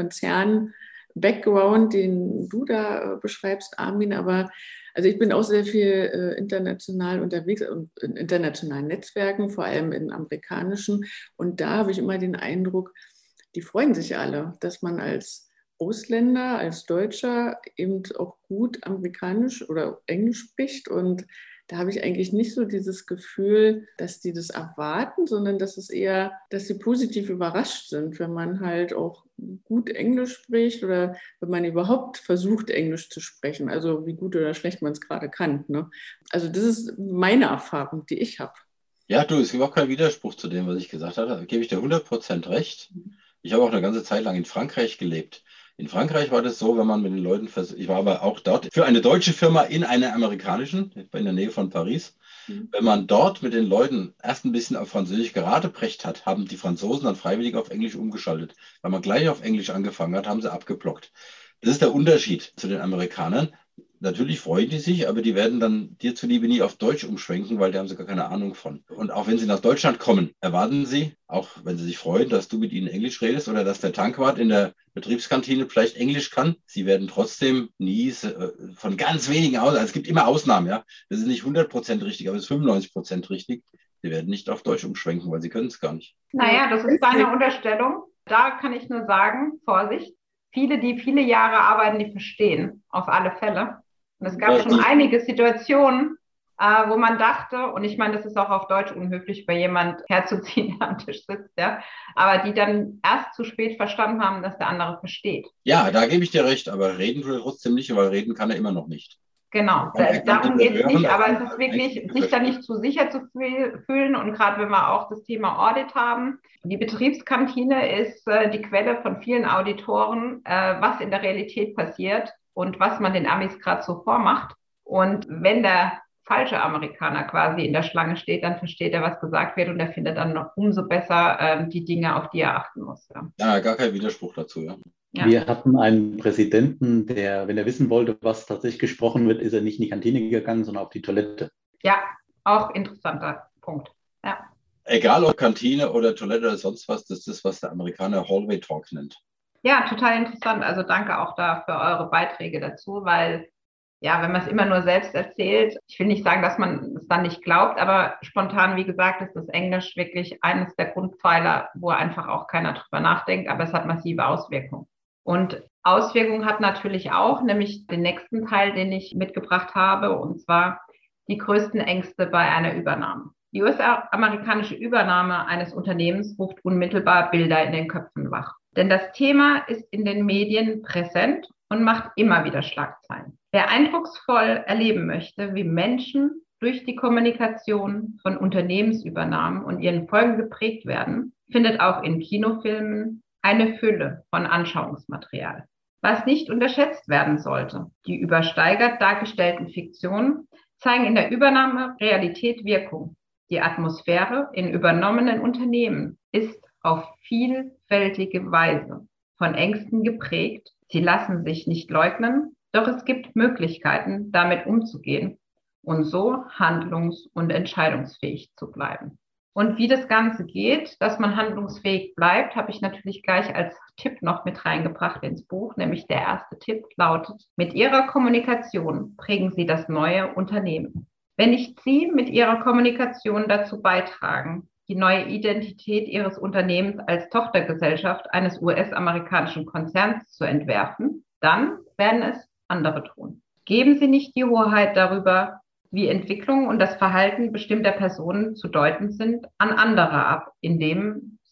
Konzern-Background, den du da beschreibst, Armin, aber also ich bin auch sehr viel international unterwegs und in internationalen Netzwerken, vor allem in amerikanischen. Und da habe ich immer den Eindruck, die freuen sich alle, dass man als Ausländer, als Deutscher eben auch gut Amerikanisch oder Englisch spricht. Und da habe ich eigentlich nicht so dieses Gefühl, dass die das erwarten, sondern dass es eher, dass sie positiv überrascht sind, wenn man halt auch gut Englisch spricht oder wenn man überhaupt versucht, Englisch zu sprechen. Also wie gut oder schlecht man es gerade kann. Ne? Also das ist meine Erfahrung, die ich habe. Ja, du, es gibt auch keinen Widerspruch zu dem, was ich gesagt habe. Da gebe ich dir 100% recht. Ich habe auch eine ganze Zeit lang in Frankreich gelebt. In Frankreich war das so, wenn man mit den Leuten, ich war aber auch dort für eine deutsche Firma in einer amerikanischen, in der Nähe von Paris. Wenn man dort mit den Leuten erst ein bisschen auf Französisch geradebrecht hat, haben die Franzosen dann freiwillig auf Englisch umgeschaltet. Weil man gleich auf Englisch angefangen hat, haben sie abgeblockt. Das ist der Unterschied zu den Amerikanern. Natürlich freuen die sich, aber die werden dann dir zuliebe nie auf Deutsch umschwenken, weil da haben sie gar keine Ahnung von. Und auch wenn sie nach Deutschland kommen, erwarten sie, auch wenn sie sich freuen, dass du mit ihnen Englisch redest oder dass der Tankwart in der Betriebskantine vielleicht Englisch kann. Sie werden trotzdem nie von ganz wenigen aus, also es gibt immer Ausnahmen, ja. Das ist nicht 100% richtig, aber es ist 95% richtig. Sie werden nicht auf Deutsch umschwenken, weil sie können es gar nicht. Naja, das ist deine Unterstellung. Da kann ich nur sagen, Vorsicht, viele, die viele Jahre arbeiten, die verstehen auf alle Fälle. Und es gab schon einige Situationen, wo man dachte, und ich meine, das ist auch auf Deutsch unhöflich, bei jemand herzuziehen, der am Tisch sitzt, ja, aber die dann erst zu spät verstanden haben, dass der andere versteht. Ja, da gebe ich dir recht, aber reden tut er trotzdem nicht, weil reden kann er immer noch nicht. Genau, darum geht es nicht, aber es ist wirklich, sich da nicht zu sicher zu fühlen und gerade wenn wir auch das Thema Audit haben, die Betriebskantine ist die Quelle von vielen Auditoren, was in der Realität passiert und was man den Amis gerade so vormacht. Und wenn der falsche Amerikaner quasi in der Schlange steht, dann versteht er, was gesagt wird und er findet dann noch umso besser die Dinge, auf die er achten muss. Ja, gar kein Widerspruch dazu, ja. Ja. Wir hatten einen Präsidenten, der, wenn er wissen wollte, was tatsächlich gesprochen wird, ist er nicht in die Kantine gegangen, sondern auf die Toilette. Ja, auch interessanter Punkt. Ja. Egal ob Kantine oder Toilette oder sonst was, das ist das, was der Amerikaner Hallway Talk nennt. Ja, total interessant. Also danke auch da für eure Beiträge dazu, weil ja, wenn man es immer nur selbst erzählt, ich will nicht sagen, dass man es dann nicht glaubt, aber spontan, wie gesagt, ist das Englisch wirklich eines der Grundpfeiler, wo einfach auch keiner drüber nachdenkt, aber es hat massive Auswirkungen. Und Auswirkungen hat natürlich auch, nämlich den nächsten Teil, den ich mitgebracht habe, und zwar die größten Ängste bei einer Übernahme. Die US-amerikanische Übernahme eines Unternehmens ruft unmittelbar Bilder in den Köpfen wach. Denn das Thema ist in den Medien präsent und macht immer wieder Schlagzeilen. Wer eindrucksvoll erleben möchte, wie Menschen durch die Kommunikation von Unternehmensübernahmen und ihren Folgen geprägt werden, findet auch in Kinofilmen eine Fülle von Anschauungsmaterial. Was nicht unterschätzt werden sollte: Die übersteigert dargestellten Fiktionen zeigen in der Übernahme Realität Wirkung. Die Atmosphäre in übernommenen Unternehmen ist auf vielfältige Weise von Ängsten geprägt. Sie lassen sich nicht leugnen, doch es gibt Möglichkeiten, damit umzugehen und so handlungs- und entscheidungsfähig zu bleiben. Und wie das Ganze geht, dass man handlungsfähig bleibt, habe ich natürlich gleich als Tipp noch mit reingebracht ins Buch, nämlich der erste Tipp lautet: Mit Ihrer Kommunikation prägen Sie das neue Unternehmen. Wenn nicht Sie mit Ihrer Kommunikation dazu beitragen, die neue Identität Ihres Unternehmens als Tochtergesellschaft eines US-amerikanischen Konzerns zu entwerfen, dann werden es andere tun. Geben Sie nicht die Hoheit darüber, wie Entwicklung und das Verhalten bestimmter Personen zu deuten sind, an andere ab, indem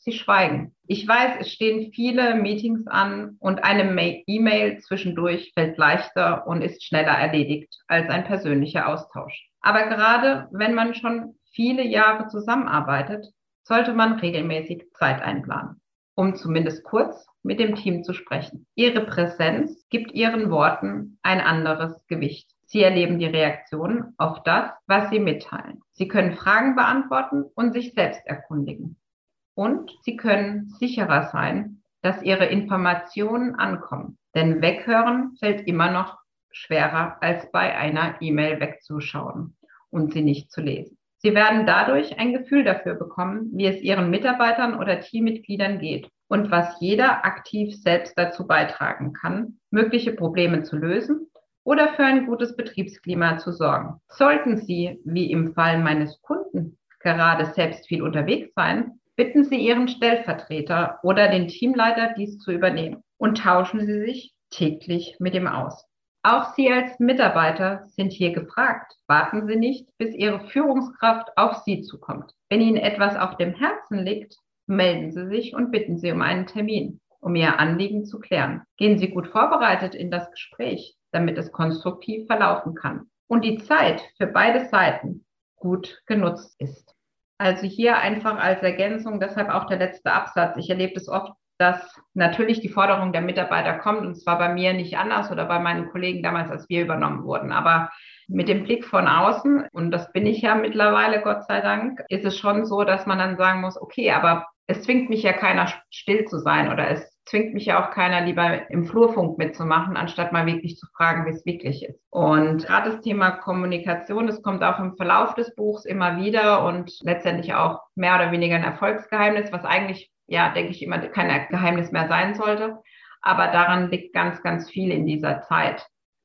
Sie schweigen. Ich weiß, es stehen viele Meetings an und eine E-Mail zwischendurch fällt leichter und ist schneller erledigt als ein persönlicher Austausch. Aber gerade wenn man schon viele Jahre zusammenarbeitet, sollte man regelmäßig Zeit einplanen, um zumindest kurz mit dem Team zu sprechen. Ihre Präsenz gibt Ihren Worten ein anderes Gewicht. Sie erleben die Reaktionen auf das, was Sie mitteilen. Sie können Fragen beantworten und sich selbst erkundigen. Und Sie können sicherer sein, dass Ihre Informationen ankommen. Denn weghören fällt immer noch schwerer, als bei einer E-Mail wegzuschauen und sie nicht zu lesen. Sie werden dadurch ein Gefühl dafür bekommen, wie es Ihren Mitarbeitern oder Teammitgliedern geht und was jeder aktiv selbst dazu beitragen kann, mögliche Probleme zu lösen oder für ein gutes Betriebsklima zu sorgen. Sollten Sie, wie im Fall meines Kunden, gerade selbst viel unterwegs sein, bitten Sie Ihren Stellvertreter oder den Teamleiter, dies zu übernehmen und tauschen Sie sich täglich mit ihm aus. Auch Sie als Mitarbeiter sind hier gefragt. Warten Sie nicht, bis Ihre Führungskraft auf Sie zukommt. Wenn Ihnen etwas auf dem Herzen liegt, melden Sie sich und bitten Sie um einen Termin, um Ihr Anliegen zu klären. Gehen Sie gut vorbereitet in das Gespräch, damit es konstruktiv verlaufen kann und die Zeit für beide Seiten gut genutzt ist. Also hier einfach als Ergänzung, deshalb auch der letzte Absatz. Ich erlebe es oft, dass natürlich die Forderung der Mitarbeiter kommt, und zwar bei mir nicht anders oder bei meinen Kollegen damals, als wir übernommen wurden. Aber mit dem Blick von außen, und das bin ich ja mittlerweile, Gott sei Dank, ist es schon so, dass man dann sagen muss, okay, aber es zwingt mich ja keiner still zu sein oder es zwingt mich ja auch keiner lieber im Flurfunk mitzumachen, anstatt mal wirklich zu fragen, wie es wirklich ist. Und gerade das Thema Kommunikation, das kommt auch im Verlauf des Buchs immer wieder und letztendlich auch mehr oder weniger ein Erfolgsgeheimnis, was eigentlich, ja, denke ich, immer kein Geheimnis mehr sein sollte. Aber daran liegt ganz, ganz viel in dieser Zeit.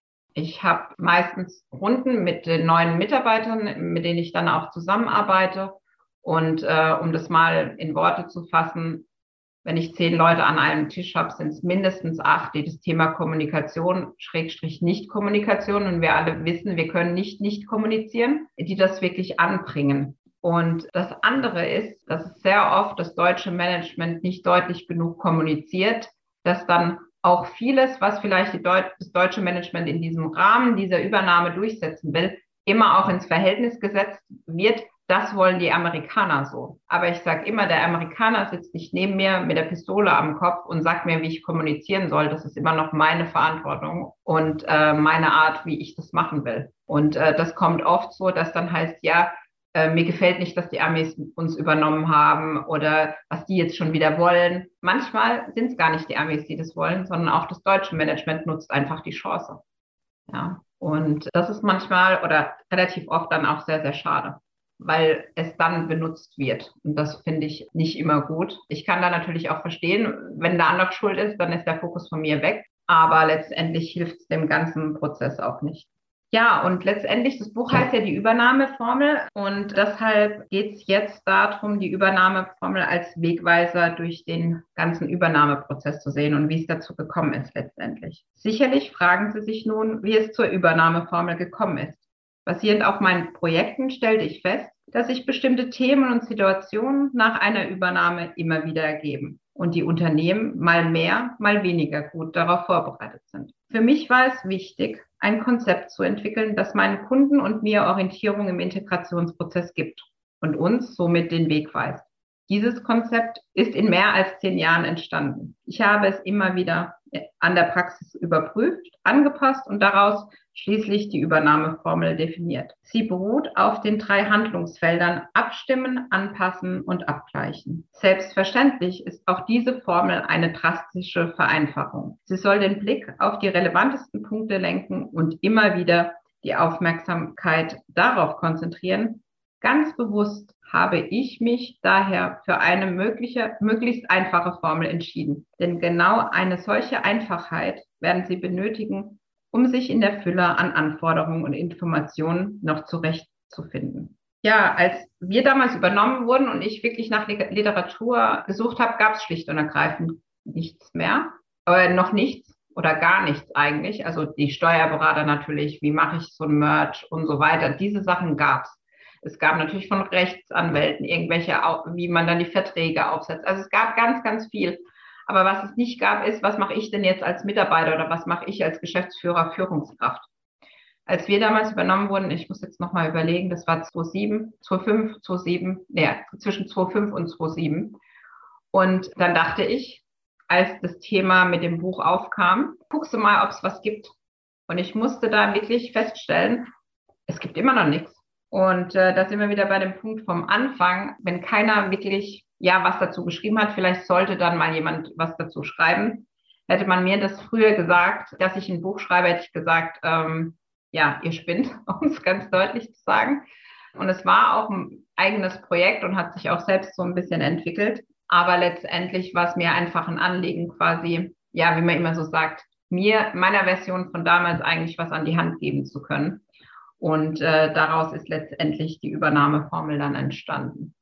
Ich habe meistens Runden mit den neuen Mitarbeitern, mit denen ich dann auch zusammenarbeite. Und um das mal in Worte zu fassen, wenn ich 10 Leute an einem Tisch habe, sind es mindestens 8, die das Thema Kommunikation, / Nicht-Kommunikation, und wir alle wissen, wir können nicht kommunizieren, die das wirklich anbringen. Und das andere ist, dass sehr oft das deutsche Management nicht deutlich genug kommuniziert, dass dann auch vieles, was vielleicht das deutsche Management in diesem Rahmen dieser Übernahme durchsetzen will, immer auch ins Verhältnis gesetzt wird. Das wollen die Amerikaner so. Aber ich sage immer, der Amerikaner sitzt nicht neben mir mit der Pistole am Kopf und sagt mir, wie ich kommunizieren soll. Das ist immer noch meine Verantwortung und meine Art, wie ich das machen will. Und das kommt oft so, dass dann heißt, ja, mir gefällt nicht, dass die Amis uns übernommen haben oder was die jetzt schon wieder wollen. Manchmal sind es gar nicht die Amis, die das wollen, sondern auch das deutsche Management nutzt einfach die Chance. Ja, und das ist manchmal oder relativ oft dann auch sehr, sehr schade, weil es dann benutzt wird. Und das finde ich nicht immer gut. Ich kann da natürlich auch verstehen, wenn der andere schuld ist, dann ist der Fokus von mir weg. Aber letztendlich hilft es dem ganzen Prozess auch nicht. Ja, und letztendlich, das Buch heißt ja die Übernahmeformel. Und deshalb geht es jetzt darum, die Übernahmeformel als Wegweiser durch den ganzen Übernahmeprozess zu sehen und wie es dazu gekommen ist letztendlich. Sicherlich fragen Sie sich nun, wie es zur Übernahmeformel gekommen ist. Basierend auf meinen Projekten stellte ich fest, dass sich bestimmte Themen und Situationen nach einer Übernahme immer wieder ergeben und die Unternehmen mal mehr, mal weniger gut darauf vorbereitet sind. Für mich war es wichtig, ein Konzept zu entwickeln, das meinen Kunden und mir Orientierung im Integrationsprozess gibt und uns somit den Weg weist. Dieses Konzept ist in mehr als 10 Jahren entstanden. Ich habe es immer wieder an der Praxis überprüft, angepasst und daraus schließlich die Übernahmeformel definiert. Sie beruht auf den 3 Handlungsfeldern Abstimmen, Anpassen und Abgleichen. Selbstverständlich ist auch diese Formel eine drastische Vereinfachung. Sie soll den Blick auf die relevantesten Punkte lenken und immer wieder die Aufmerksamkeit darauf konzentrieren. Ganz bewusst habe ich mich daher für eine möglichst einfache Formel entschieden. Denn genau eine solche Einfachheit werden Sie benötigen, um sich in der Fülle an Anforderungen und Informationen noch zurechtzufinden. Ja, als wir damals übernommen wurden und ich wirklich nach Literatur gesucht habe, gab es schlicht und ergreifend nichts mehr. Noch nichts oder gar nichts eigentlich. Also die Steuerberater natürlich, wie mache ich so ein Merge und so weiter. Diese Sachen gab es. Es gab natürlich von Rechtsanwälten irgendwelche, wie man dann die Verträge aufsetzt. Also es gab ganz, ganz viel. Aber was es nicht gab, ist, was mache ich denn jetzt als Mitarbeiter oder was mache ich als Geschäftsführer, Führungskraft? Als wir damals übernommen wurden, ich muss jetzt nochmal überlegen, das war 2007, 2005, 2007, zwischen 2005 und 2007. Und dann dachte ich, als das Thema mit dem Buch aufkam, guckst du mal, ob es was gibt. Und ich musste da wirklich feststellen, es gibt immer noch nichts. Und da sind wir wieder bei dem Punkt vom Anfang, wenn keiner wirklich was dazu geschrieben hat, vielleicht sollte dann mal jemand was dazu schreiben. Hätte man mir das früher gesagt, dass ich ein Buch schreibe, hätte ich gesagt, ihr spinnt, um es ganz deutlich zu sagen. Und es war auch ein eigenes Projekt und hat sich auch selbst so ein bisschen entwickelt. Aber letztendlich war es mir einfach ein Anliegen quasi, wie man immer so sagt, meiner Version von damals eigentlich was an die Hand geben zu können. Und daraus ist letztendlich die Übernahmeformel dann entstanden.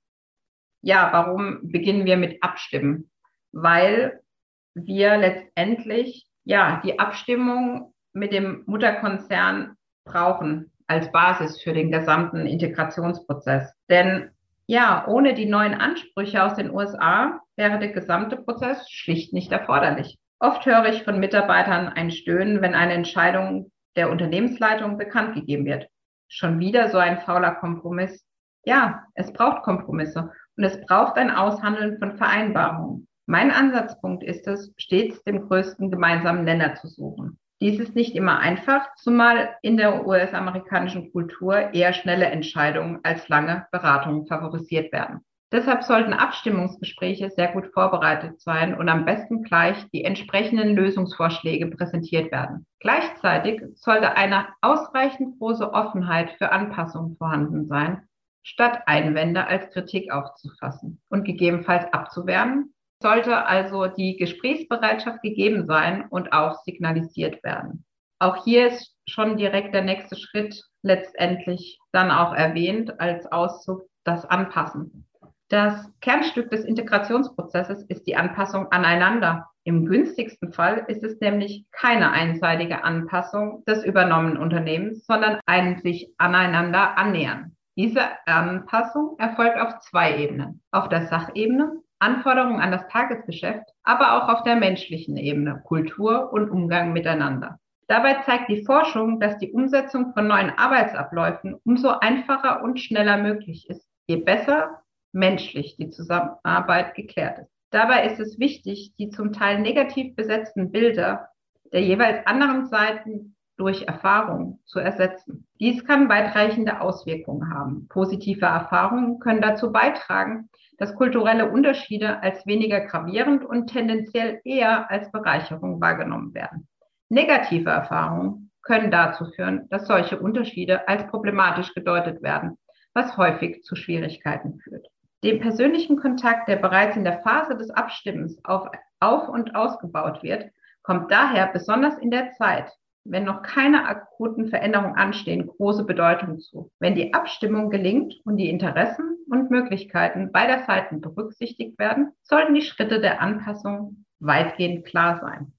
Ja, warum beginnen wir mit Abstimmen? Weil wir letztendlich die Abstimmung mit dem Mutterkonzern brauchen als Basis für den gesamten Integrationsprozess. Denn ohne die neuen Ansprüche aus den USA wäre der gesamte Prozess schlicht nicht erforderlich. Oft höre ich von Mitarbeitern ein Stöhnen, wenn eine Entscheidung der Unternehmensleitung bekannt gegeben wird. Schon wieder so ein fauler Kompromiss. Ja, es braucht Kompromisse und es braucht ein Aushandeln von Vereinbarungen. Mein Ansatzpunkt ist es, stets den größten gemeinsamen Nenner zu suchen. Dies ist nicht immer einfach, zumal in der US-amerikanischen Kultur eher schnelle Entscheidungen als lange Beratungen favorisiert werden. Deshalb sollten Abstimmungsgespräche sehr gut vorbereitet sein und am besten gleich die entsprechenden Lösungsvorschläge präsentiert werden. Gleichzeitig sollte eine ausreichend große Offenheit für Anpassungen vorhanden sein, statt Einwände als Kritik aufzufassen und gegebenenfalls abzuwehren. Sollte also die Gesprächsbereitschaft gegeben sein und auch signalisiert werden. Auch hier ist schon direkt der nächste Schritt letztendlich dann auch erwähnt als Auszug, das Anpassen. Das Kernstück des Integrationsprozesses ist die Anpassung aneinander. Im günstigsten Fall ist es nämlich keine einseitige Anpassung des übernommenen Unternehmens, sondern ein sich aneinander annähern. Diese Anpassung erfolgt auf 2 Ebenen. Auf der Sachebene, Anforderungen an das Tagesgeschäft, aber auch auf der menschlichen Ebene, Kultur und Umgang miteinander. Dabei zeigt die Forschung, dass die Umsetzung von neuen Arbeitsabläufen umso einfacher und schneller möglich ist, je besser menschlich die Zusammenarbeit geklärt ist. Dabei ist es wichtig, die zum Teil negativ besetzten Bilder der jeweils anderen Seiten durch Erfahrung zu ersetzen. Dies kann weitreichende Auswirkungen haben. Positive Erfahrungen können dazu beitragen, dass kulturelle Unterschiede als weniger gravierend und tendenziell eher als Bereicherung wahrgenommen werden. Negative Erfahrungen können dazu führen, dass solche Unterschiede als problematisch gedeutet werden, was häufig zu Schwierigkeiten führt. Den persönlichen Kontakt, der bereits in der Phase des Abstimmens auf und ausgebaut wird, kommt daher besonders in der Zeit, wenn noch keine akuten Veränderungen anstehen, große Bedeutung zu. Wenn die Abstimmung gelingt und die Interessen und Möglichkeiten beider Seiten berücksichtigt werden, sollten die Schritte der Anpassung weitgehend klar sein.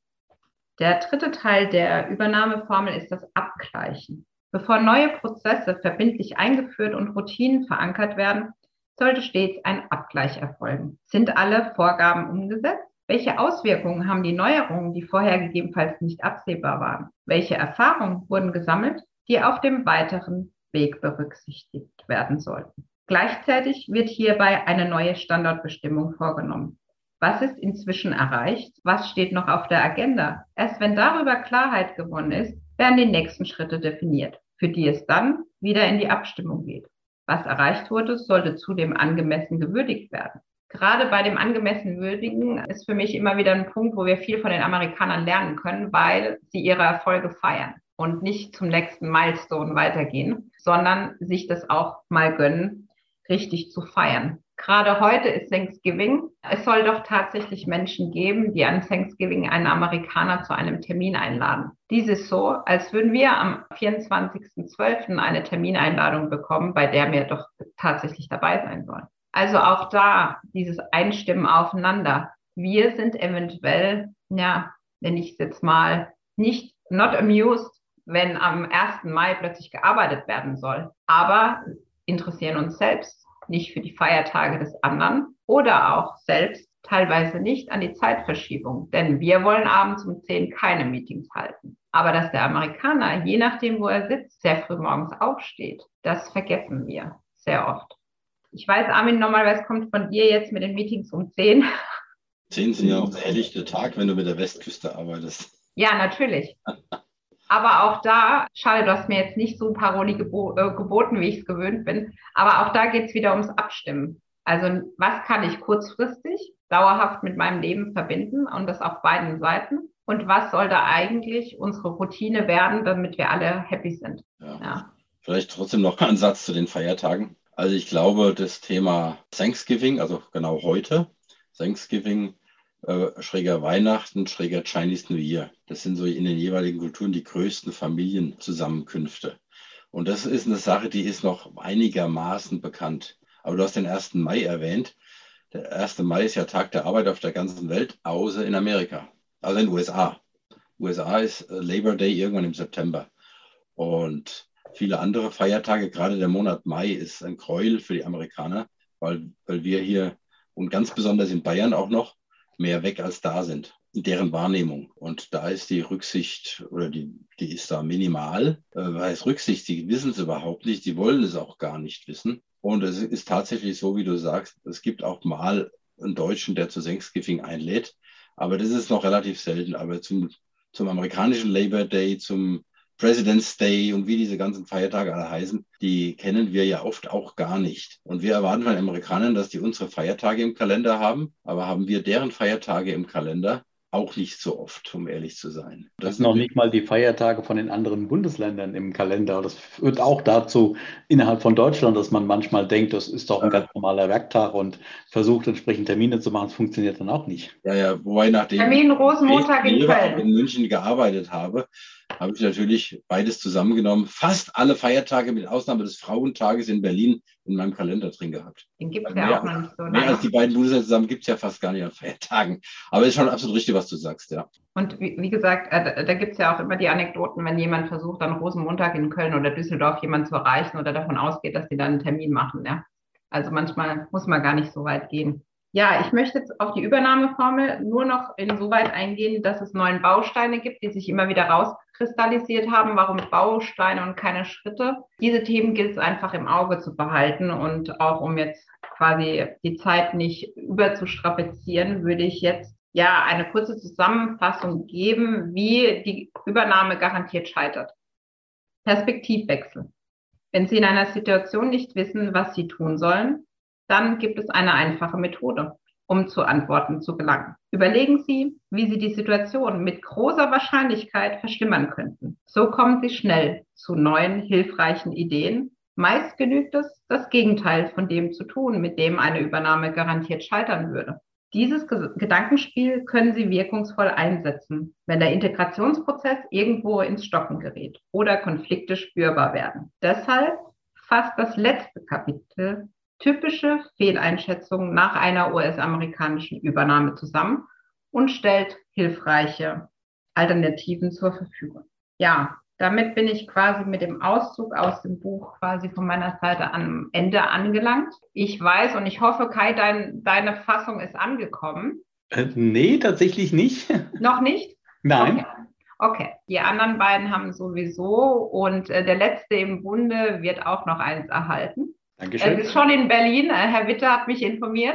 Der dritte Teil der Übernahmeformel ist das Abgleichen. Bevor neue Prozesse verbindlich eingeführt und Routinen verankert werden, sollte stets ein Abgleich erfolgen. Sind alle Vorgaben umgesetzt? Welche Auswirkungen haben die Neuerungen, die vorher gegebenenfalls nicht absehbar waren? Welche Erfahrungen wurden gesammelt, die auf dem weiteren Weg berücksichtigt werden sollten? Gleichzeitig wird hierbei eine neue Standortbestimmung vorgenommen. Was ist inzwischen erreicht? Was steht noch auf der Agenda? Erst wenn darüber Klarheit gewonnen ist, werden die nächsten Schritte definiert, für die es dann wieder in die Abstimmung geht. Was erreicht wurde, sollte zudem angemessen gewürdigt werden. Gerade bei dem angemessen Würdigen ist für mich immer wieder ein Punkt, wo wir viel von den Amerikanern lernen können, weil sie ihre Erfolge feiern und nicht zum nächsten Milestone weitergehen, sondern sich das auch mal gönnen, richtig zu feiern. Gerade heute ist Thanksgiving. Es soll doch tatsächlich Menschen geben, die an Thanksgiving einen Amerikaner zu einem Termin einladen. Dies ist so, als würden wir am 24.12. eine Termineinladung bekommen, bei der wir doch tatsächlich dabei sein sollen. Also auch da dieses Einstimmen aufeinander. Wir sind eventuell, nenne ich es jetzt mal, not amused, wenn am 1. Mai plötzlich gearbeitet werden soll. Aber interessieren uns selbst nicht für die Feiertage des anderen oder auch selbst teilweise nicht an die Zeitverschiebung, denn wir wollen abends um 10 keine Meetings halten. Aber dass der Amerikaner, je nachdem, wo er sitzt, sehr früh morgens aufsteht, das vergessen wir sehr oft. Ich weiß, Armin, normalerweise kommt von dir jetzt mit den Meetings um 10. 10 sind ja auch der helllichte Tag, wenn du mit der Westküste arbeitest. Ja, natürlich. Aber auch da, schade, du hast mir jetzt nicht so Paroli geboten, wie ich es gewöhnt bin, aber auch da geht es wieder ums Abstimmen. Also was kann ich kurzfristig dauerhaft mit meinem Leben verbinden und das auf beiden Seiten? Und was soll da eigentlich unsere Routine werden, damit wir alle happy sind? Ja. Vielleicht trotzdem noch einen Satz zu den Feiertagen. Also ich glaube, das Thema Thanksgiving, also genau heute, Thanksgiving, schräger Weihnachten, schräger Chinese New Year. Das sind so in den jeweiligen Kulturen die größten Familienzusammenkünfte. Und das ist eine Sache, die ist noch einigermaßen bekannt. Aber du hast den 1. Mai erwähnt. Der 1. Mai ist ja Tag der Arbeit auf der ganzen Welt, außer in Amerika, also in den USA. USA ist Labor Day irgendwann im September. Und viele andere Feiertage, gerade der Monat Mai, ist ein Gräuel für die Amerikaner, weil wir hier und ganz besonders in Bayern auch noch mehr weg als da sind, in deren Wahrnehmung. Und da ist die Rücksicht oder die ist da minimal. Was heißt Rücksicht? Sie wissen es überhaupt nicht, sie wollen es auch gar nicht wissen. Und es ist tatsächlich so, wie du sagst, es gibt auch mal einen Deutschen, der zu Thanksgiving einlädt, aber das ist noch relativ selten. Aber zum amerikanischen Labor Day, zum President's Day und wie diese ganzen Feiertage alle heißen, die kennen wir ja oft auch gar nicht. Und wir erwarten von den Amerikanern, dass die unsere Feiertage im Kalender haben, aber haben wir deren Feiertage im Kalender auch nicht so oft, um ehrlich zu sein. Das sind noch nicht mal die Feiertage von den anderen Bundesländern im Kalender. Das führt auch dazu innerhalb von Deutschland, dass man manchmal denkt, das ist doch ein ganz normaler Werktag und versucht entsprechend Termine zu machen. Das funktioniert dann auch nicht. Ja, wobei nachdem Termin Rosenmontag in Köln. in München gearbeitet habe ich natürlich beides zusammengenommen. Fast alle Feiertage mit Ausnahme des Frauentages in Berlin in meinem Kalender drin gehabt. Den gibt es ja auch noch nicht so lange. Mehr als die beiden Bundesländer zusammen gibt es ja fast gar nicht an Feiertagen. Aber es ist schon absolut richtig, was du sagst, ja. Und wie gesagt, da gibt es ja auch immer die Anekdoten, wenn jemand versucht, an Rosenmontag in Köln oder Düsseldorf jemanden zu erreichen oder davon ausgeht, dass die dann einen Termin machen. Ja. Also manchmal muss man gar nicht so weit gehen. Ja, ich möchte jetzt auf die Übernahmeformel nur noch insoweit eingehen, dass es 9 Bausteine gibt, die sich immer wieder rauskristallisiert haben. Warum Bausteine und keine Schritte? Diese Themen gilt es einfach im Auge zu behalten und auch um jetzt quasi die Zeit nicht überzustrapazieren, würde ich jetzt ja eine kurze Zusammenfassung geben, wie die Übernahme garantiert scheitert. Perspektivwechsel. Wenn Sie in einer Situation nicht wissen, was Sie tun sollen, dann gibt es eine einfache Methode, um zu Antworten zu gelangen. Überlegen Sie, wie Sie die Situation mit großer Wahrscheinlichkeit verschlimmern könnten. So kommen Sie schnell zu neuen, hilfreichen Ideen. Meist genügt es, das Gegenteil von dem zu tun, mit dem eine Übernahme garantiert scheitern würde. Dieses Gedankenspiel können Sie wirkungsvoll einsetzen, wenn der Integrationsprozess irgendwo ins Stocken gerät oder Konflikte spürbar werden. Deshalb fasst das letzte Kapitel typische Fehleinschätzungen nach einer US-amerikanischen Übernahme zusammen und stellt hilfreiche Alternativen zur Verfügung. Ja, damit bin ich quasi mit dem Auszug aus dem Buch quasi von meiner Seite am Ende angelangt. Ich weiß und ich hoffe, Kai, deine Fassung ist angekommen. Nee, tatsächlich nicht. Noch nicht? Nein. Okay, die anderen beiden haben sowieso und der letzte im Bunde wird auch noch eins erhalten. Dankeschön. Es ist schon in Berlin. Herr Witte hat mich informiert,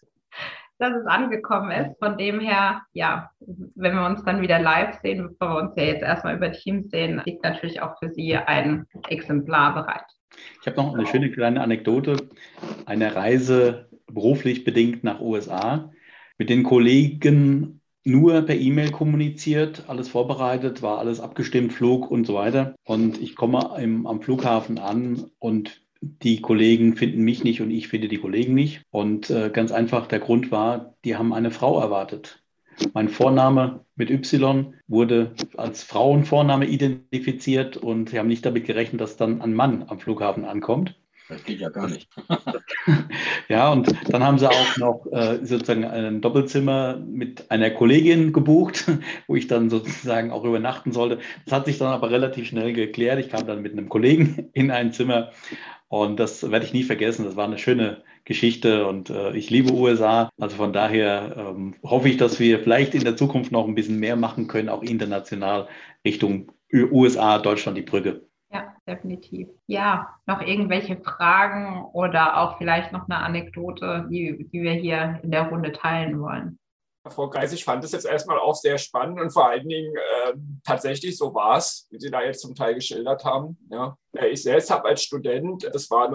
dass es angekommen ist. Von dem her, ja, wenn wir uns dann wieder live sehen, bevor wir uns ja jetzt erstmal über Teams sehen, liegt natürlich auch für Sie ein Exemplar bereit. Ich habe noch eine schöne kleine Anekdote. Eine Reise beruflich bedingt nach USA. Mit den Kollegen nur per E-Mail kommuniziert, alles vorbereitet, war alles abgestimmt, Flug und so weiter. Und ich komme am Flughafen an und die Kollegen finden mich nicht und ich finde die Kollegen nicht. Und ganz einfach, der Grund war, die haben eine Frau erwartet. Mein Vorname mit Y wurde als Frauenvorname identifiziert und sie haben nicht damit gerechnet, dass dann ein Mann am Flughafen ankommt. Das geht ja gar nicht. Ja, und dann haben sie auch noch sozusagen ein Doppelzimmer mit einer Kollegin gebucht, wo ich dann sozusagen auch übernachten sollte. Das hat sich dann aber relativ schnell geklärt. Ich kam dann mit einem Kollegen in ein Zimmer Und das werde ich nie vergessen. Das war eine schöne Geschichte und ich liebe USA. Also von daher hoffe ich, dass wir vielleicht in der Zukunft noch ein bisschen mehr machen können, auch international Richtung USA, Deutschland, die Brücke. Ja, definitiv. Ja, noch irgendwelche Fragen oder auch vielleicht noch eine Anekdote, die wir hier in der Runde teilen wollen? Frau Geis, ich fand es jetzt erstmal auch sehr spannend und vor allen Dingen tatsächlich so war es, wie Sie da jetzt zum Teil geschildert haben. Ja. Ich selbst habe als Student, das war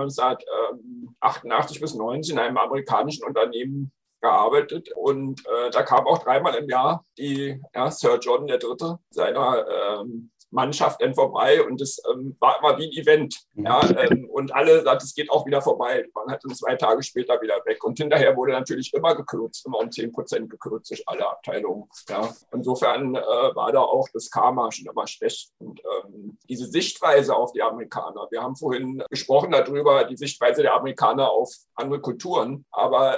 1988 bis 90 in einem amerikanischen Unternehmen gearbeitet und da kam auch 3-mal im Jahr Sir John III. Seiner Mannschaft dann vorbei und es war immer wie ein Event. Ja, und alle sagten, es geht auch wieder vorbei. Man hat dann 2 Tage später wieder weg. Und hinterher wurde natürlich immer gekürzt, immer um 10% gekürzt durch alle Abteilungen. Ja. Insofern war da auch das Karma schon immer schlecht. Und diese Sichtweise auf die Amerikaner, wir haben vorhin gesprochen darüber, die Sichtweise der Amerikaner auf andere Kulturen, aber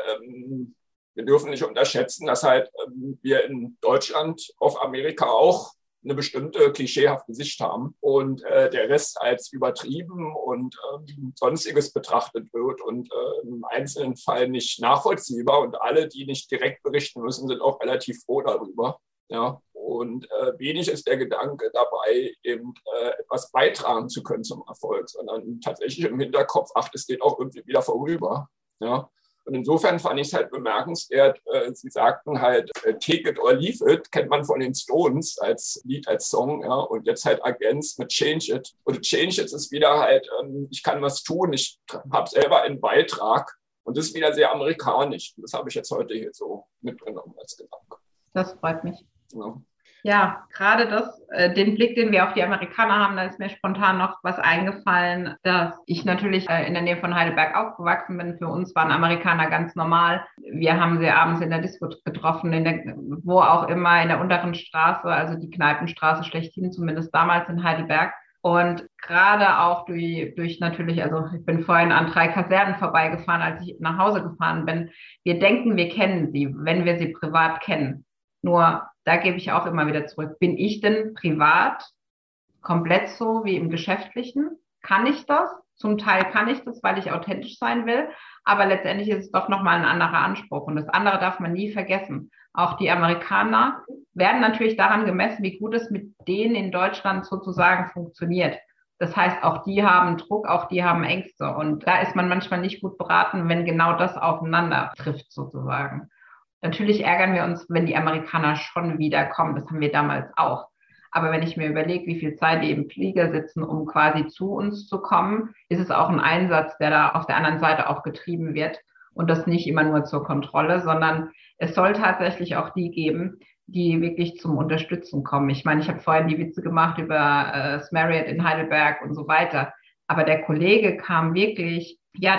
wir dürfen nicht unterschätzen, dass halt wir in Deutschland auf Amerika auch eine bestimmte klischeehafte Sicht haben und der Rest als übertrieben und Sonstiges betrachtet wird und im einzelnen Fall nicht nachvollziehbar und alle, die nicht direkt berichten müssen, sind auch relativ froh darüber. Ja? Und wenig ist der Gedanke dabei, eben etwas beitragen zu können zum Erfolg, sondern tatsächlich im Hinterkopf, es geht auch irgendwie wieder vorüber. Ja? Und insofern fand ich es halt bemerkenswert, Sie sagten halt, Take it or leave it, kennt man von den Stones als Lied, als Song, ja, und jetzt halt ergänzt mit Change it. Und Change it ist wieder halt, ich kann was tun, ich habe selber einen Beitrag und das ist wieder sehr amerikanisch. Das habe ich jetzt heute hier so mitgenommen als Gedanke. Das freut mich. Ja. Ja, gerade den Blick, den wir auf die Amerikaner haben, da ist mir spontan noch was eingefallen, dass ich natürlich in der Nähe von Heidelberg aufgewachsen bin. Für uns waren Amerikaner ganz normal. Wir haben sie abends in der Disco getroffen, wo auch immer, in der unteren Straße, also die Kneipenstraße schlechthin, zumindest damals in Heidelberg. Und gerade auch durch natürlich, also ich bin vorhin an 3 Kasernen vorbeigefahren, als ich nach Hause gefahren bin. Wir denken, wir kennen sie, wenn wir sie privat kennen. Nur, da gebe ich auch immer wieder zurück. Bin ich denn privat komplett so wie im Geschäftlichen? Kann ich das? Zum Teil kann ich das, weil ich authentisch sein will. Aber letztendlich ist es doch nochmal ein anderer Anspruch. Und das andere darf man nie vergessen. Auch die Amerikaner werden natürlich daran gemessen, wie gut es mit denen in Deutschland sozusagen funktioniert. Das heißt, auch die haben Druck, auch die haben Ängste. Und da ist man manchmal nicht gut beraten, wenn genau das aufeinander trifft sozusagen. Natürlich ärgern wir uns, wenn die Amerikaner schon wieder kommen. Das haben wir damals auch. Aber wenn ich mir überlege, wie viel Zeit die im Flieger sitzen, um quasi zu uns zu kommen, ist es auch ein Einsatz, der da auf der anderen Seite auch getrieben wird. Und das nicht immer nur zur Kontrolle, sondern es soll tatsächlich auch die geben, die wirklich zum Unterstützen kommen. Ich meine, ich habe vorhin die Witze gemacht über das Marriott in Heidelberg und so weiter. Aber der Kollege kam wirklich,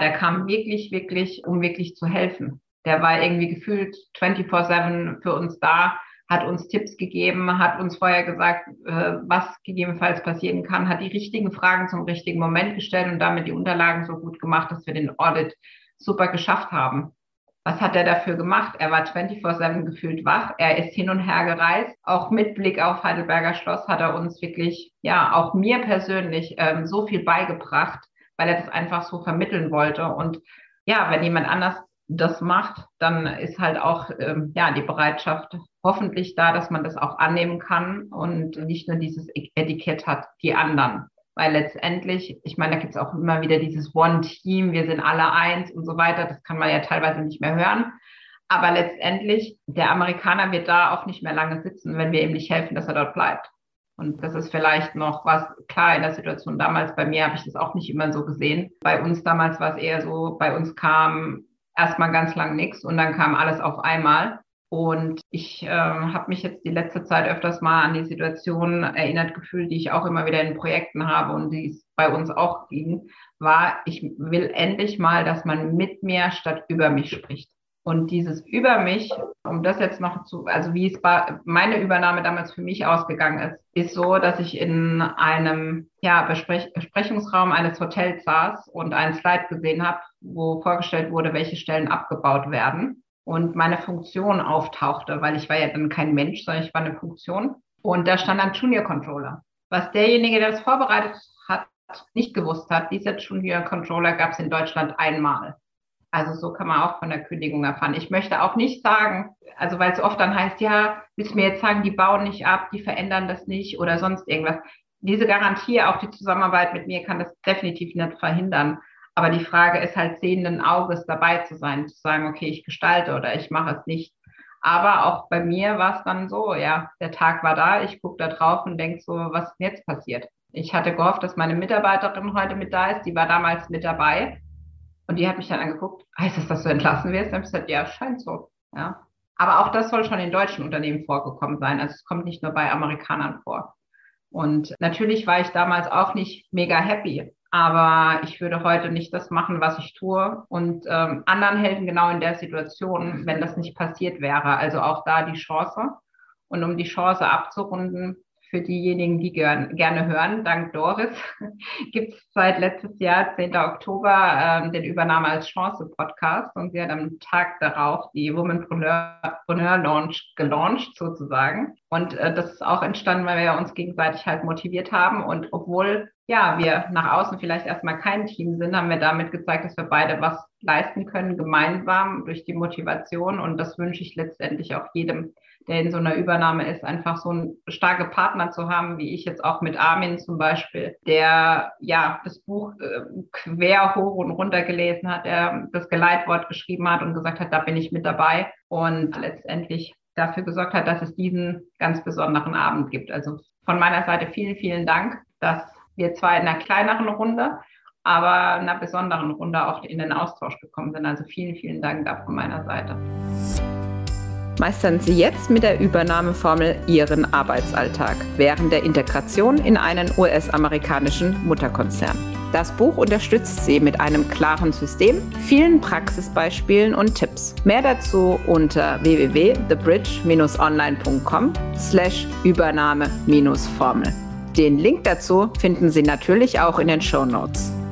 um wirklich zu helfen. Der war irgendwie gefühlt 24/7 für uns da, hat uns Tipps gegeben, hat uns vorher gesagt, was gegebenenfalls passieren kann, hat die richtigen Fragen zum richtigen Moment gestellt und damit die Unterlagen so gut gemacht, dass wir den Audit super geschafft haben. Was hat er dafür gemacht? Er war 24/7 gefühlt wach. Er ist hin und her gereist. Auch mit Blick auf Heidelberger Schloss hat er uns wirklich, auch mir persönlich so viel beigebracht, weil er das einfach so vermitteln wollte. Und wenn jemand anders das macht, dann ist halt auch die Bereitschaft hoffentlich da, dass man das auch annehmen kann und nicht nur dieses Etikett hat, die anderen. Weil letztendlich, ich meine, da gibt es auch immer wieder dieses One-Team, wir sind alle eins und so weiter. Das kann man ja teilweise nicht mehr hören. Aber letztendlich, der Amerikaner wird da auch nicht mehr lange sitzen, wenn wir ihm nicht helfen, dass er dort bleibt. Und das ist vielleicht noch was, klar, in der Situation damals, bei mir habe ich das auch nicht immer so gesehen. Bei uns damals war es eher so, bei uns kam erstmal ganz lang nichts und dann kam alles auf einmal. Und ich habe mich jetzt die letzte Zeit öfters mal an die Situation erinnert gefühlt, die ich auch immer wieder in Projekten habe und die es bei uns auch ging, war, ich will endlich mal, dass man mit mir statt über mich spricht. Und dieses über mich, um das jetzt noch also wie es meine Übernahme damals für mich ausgegangen ist so, dass ich in einem Besprechungsraum eines Hotels saß und einen Slide gesehen habe, wo vorgestellt wurde, welche Stellen abgebaut werden. Und meine Funktion auftauchte, weil ich war ja dann kein Mensch, sondern ich war eine Funktion. Und da stand dann Junior Controller. Was derjenige, der das vorbereitet hat, nicht gewusst hat, dieser Junior Controller gab es in Deutschland einmal. Also so kann man auch von der Kündigung erfahren. Ich möchte auch nicht sagen, also weil es oft dann heißt, ja, willst du mir jetzt sagen, die bauen nicht ab, die verändern das nicht oder sonst irgendwas. Diese Garantie, auch die Zusammenarbeit mit mir, kann das definitiv nicht verhindern. Aber die Frage ist halt, sehenden Auges dabei zu sein, zu sagen, okay, ich gestalte oder ich mache es nicht. Aber auch bei mir war es dann so, ja, der Tag war da, ich gucke da drauf und denke so, was ist jetzt passiert? Ich hatte gehofft, dass meine Mitarbeiterin heute mit da ist, die war damals mit dabei. Und die hat mich dann angeguckt, heißt das, dass du entlassen wirst? Dann habe ich gesagt, ja, scheint so. Ja. Aber auch das soll schon in deutschen Unternehmen vorgekommen sein. Also es kommt nicht nur bei Amerikanern vor. Und natürlich war ich damals auch nicht mega happy. Aber ich würde heute nicht das machen, was ich tue. Und anderen helfen genau in der Situation, wenn das nicht passiert wäre. Also auch da die Chance. Und um die Chance abzurunden, für diejenigen, die gerne hören, dank Doris, gibt es seit letztes Jahr, 10. Oktober, den Übernahme als Chance-Podcast. Und sie hat am Tag darauf die Womanpreneur Launch gelauncht, sozusagen. Und das ist auch entstanden, weil wir uns gegenseitig halt motiviert haben. Und obwohl wir nach außen vielleicht erstmal kein Team sind, haben wir damit gezeigt, dass wir beide was leisten können, gemeinsam durch die Motivation. Und das wünsche ich letztendlich auch jedem, der in so einer Übernahme ist, einfach so einen starke Partner zu haben, wie ich jetzt auch mit Armin zum Beispiel, der das Buch quer hoch und runter gelesen hat, der das Geleitwort geschrieben hat und gesagt hat, da bin ich mit dabei und letztendlich dafür gesorgt hat, dass es diesen ganz besonderen Abend gibt. Also von meiner Seite vielen, vielen Dank, dass wir zwar in einer kleineren Runde, aber in einer besonderen Runde auch in den Austausch gekommen sind. Also vielen, vielen Dank da von meiner Seite. Meistern Sie jetzt mit der Übernahmeformel Ihren Arbeitsalltag während der Integration in einen US-amerikanischen Mutterkonzern. Das Buch unterstützt Sie mit einem klaren System, vielen Praxisbeispielen und Tipps. Mehr dazu unter www.thebridge-online.com/Übernahme-Formel. Den Link dazu finden Sie natürlich auch in den Shownotes.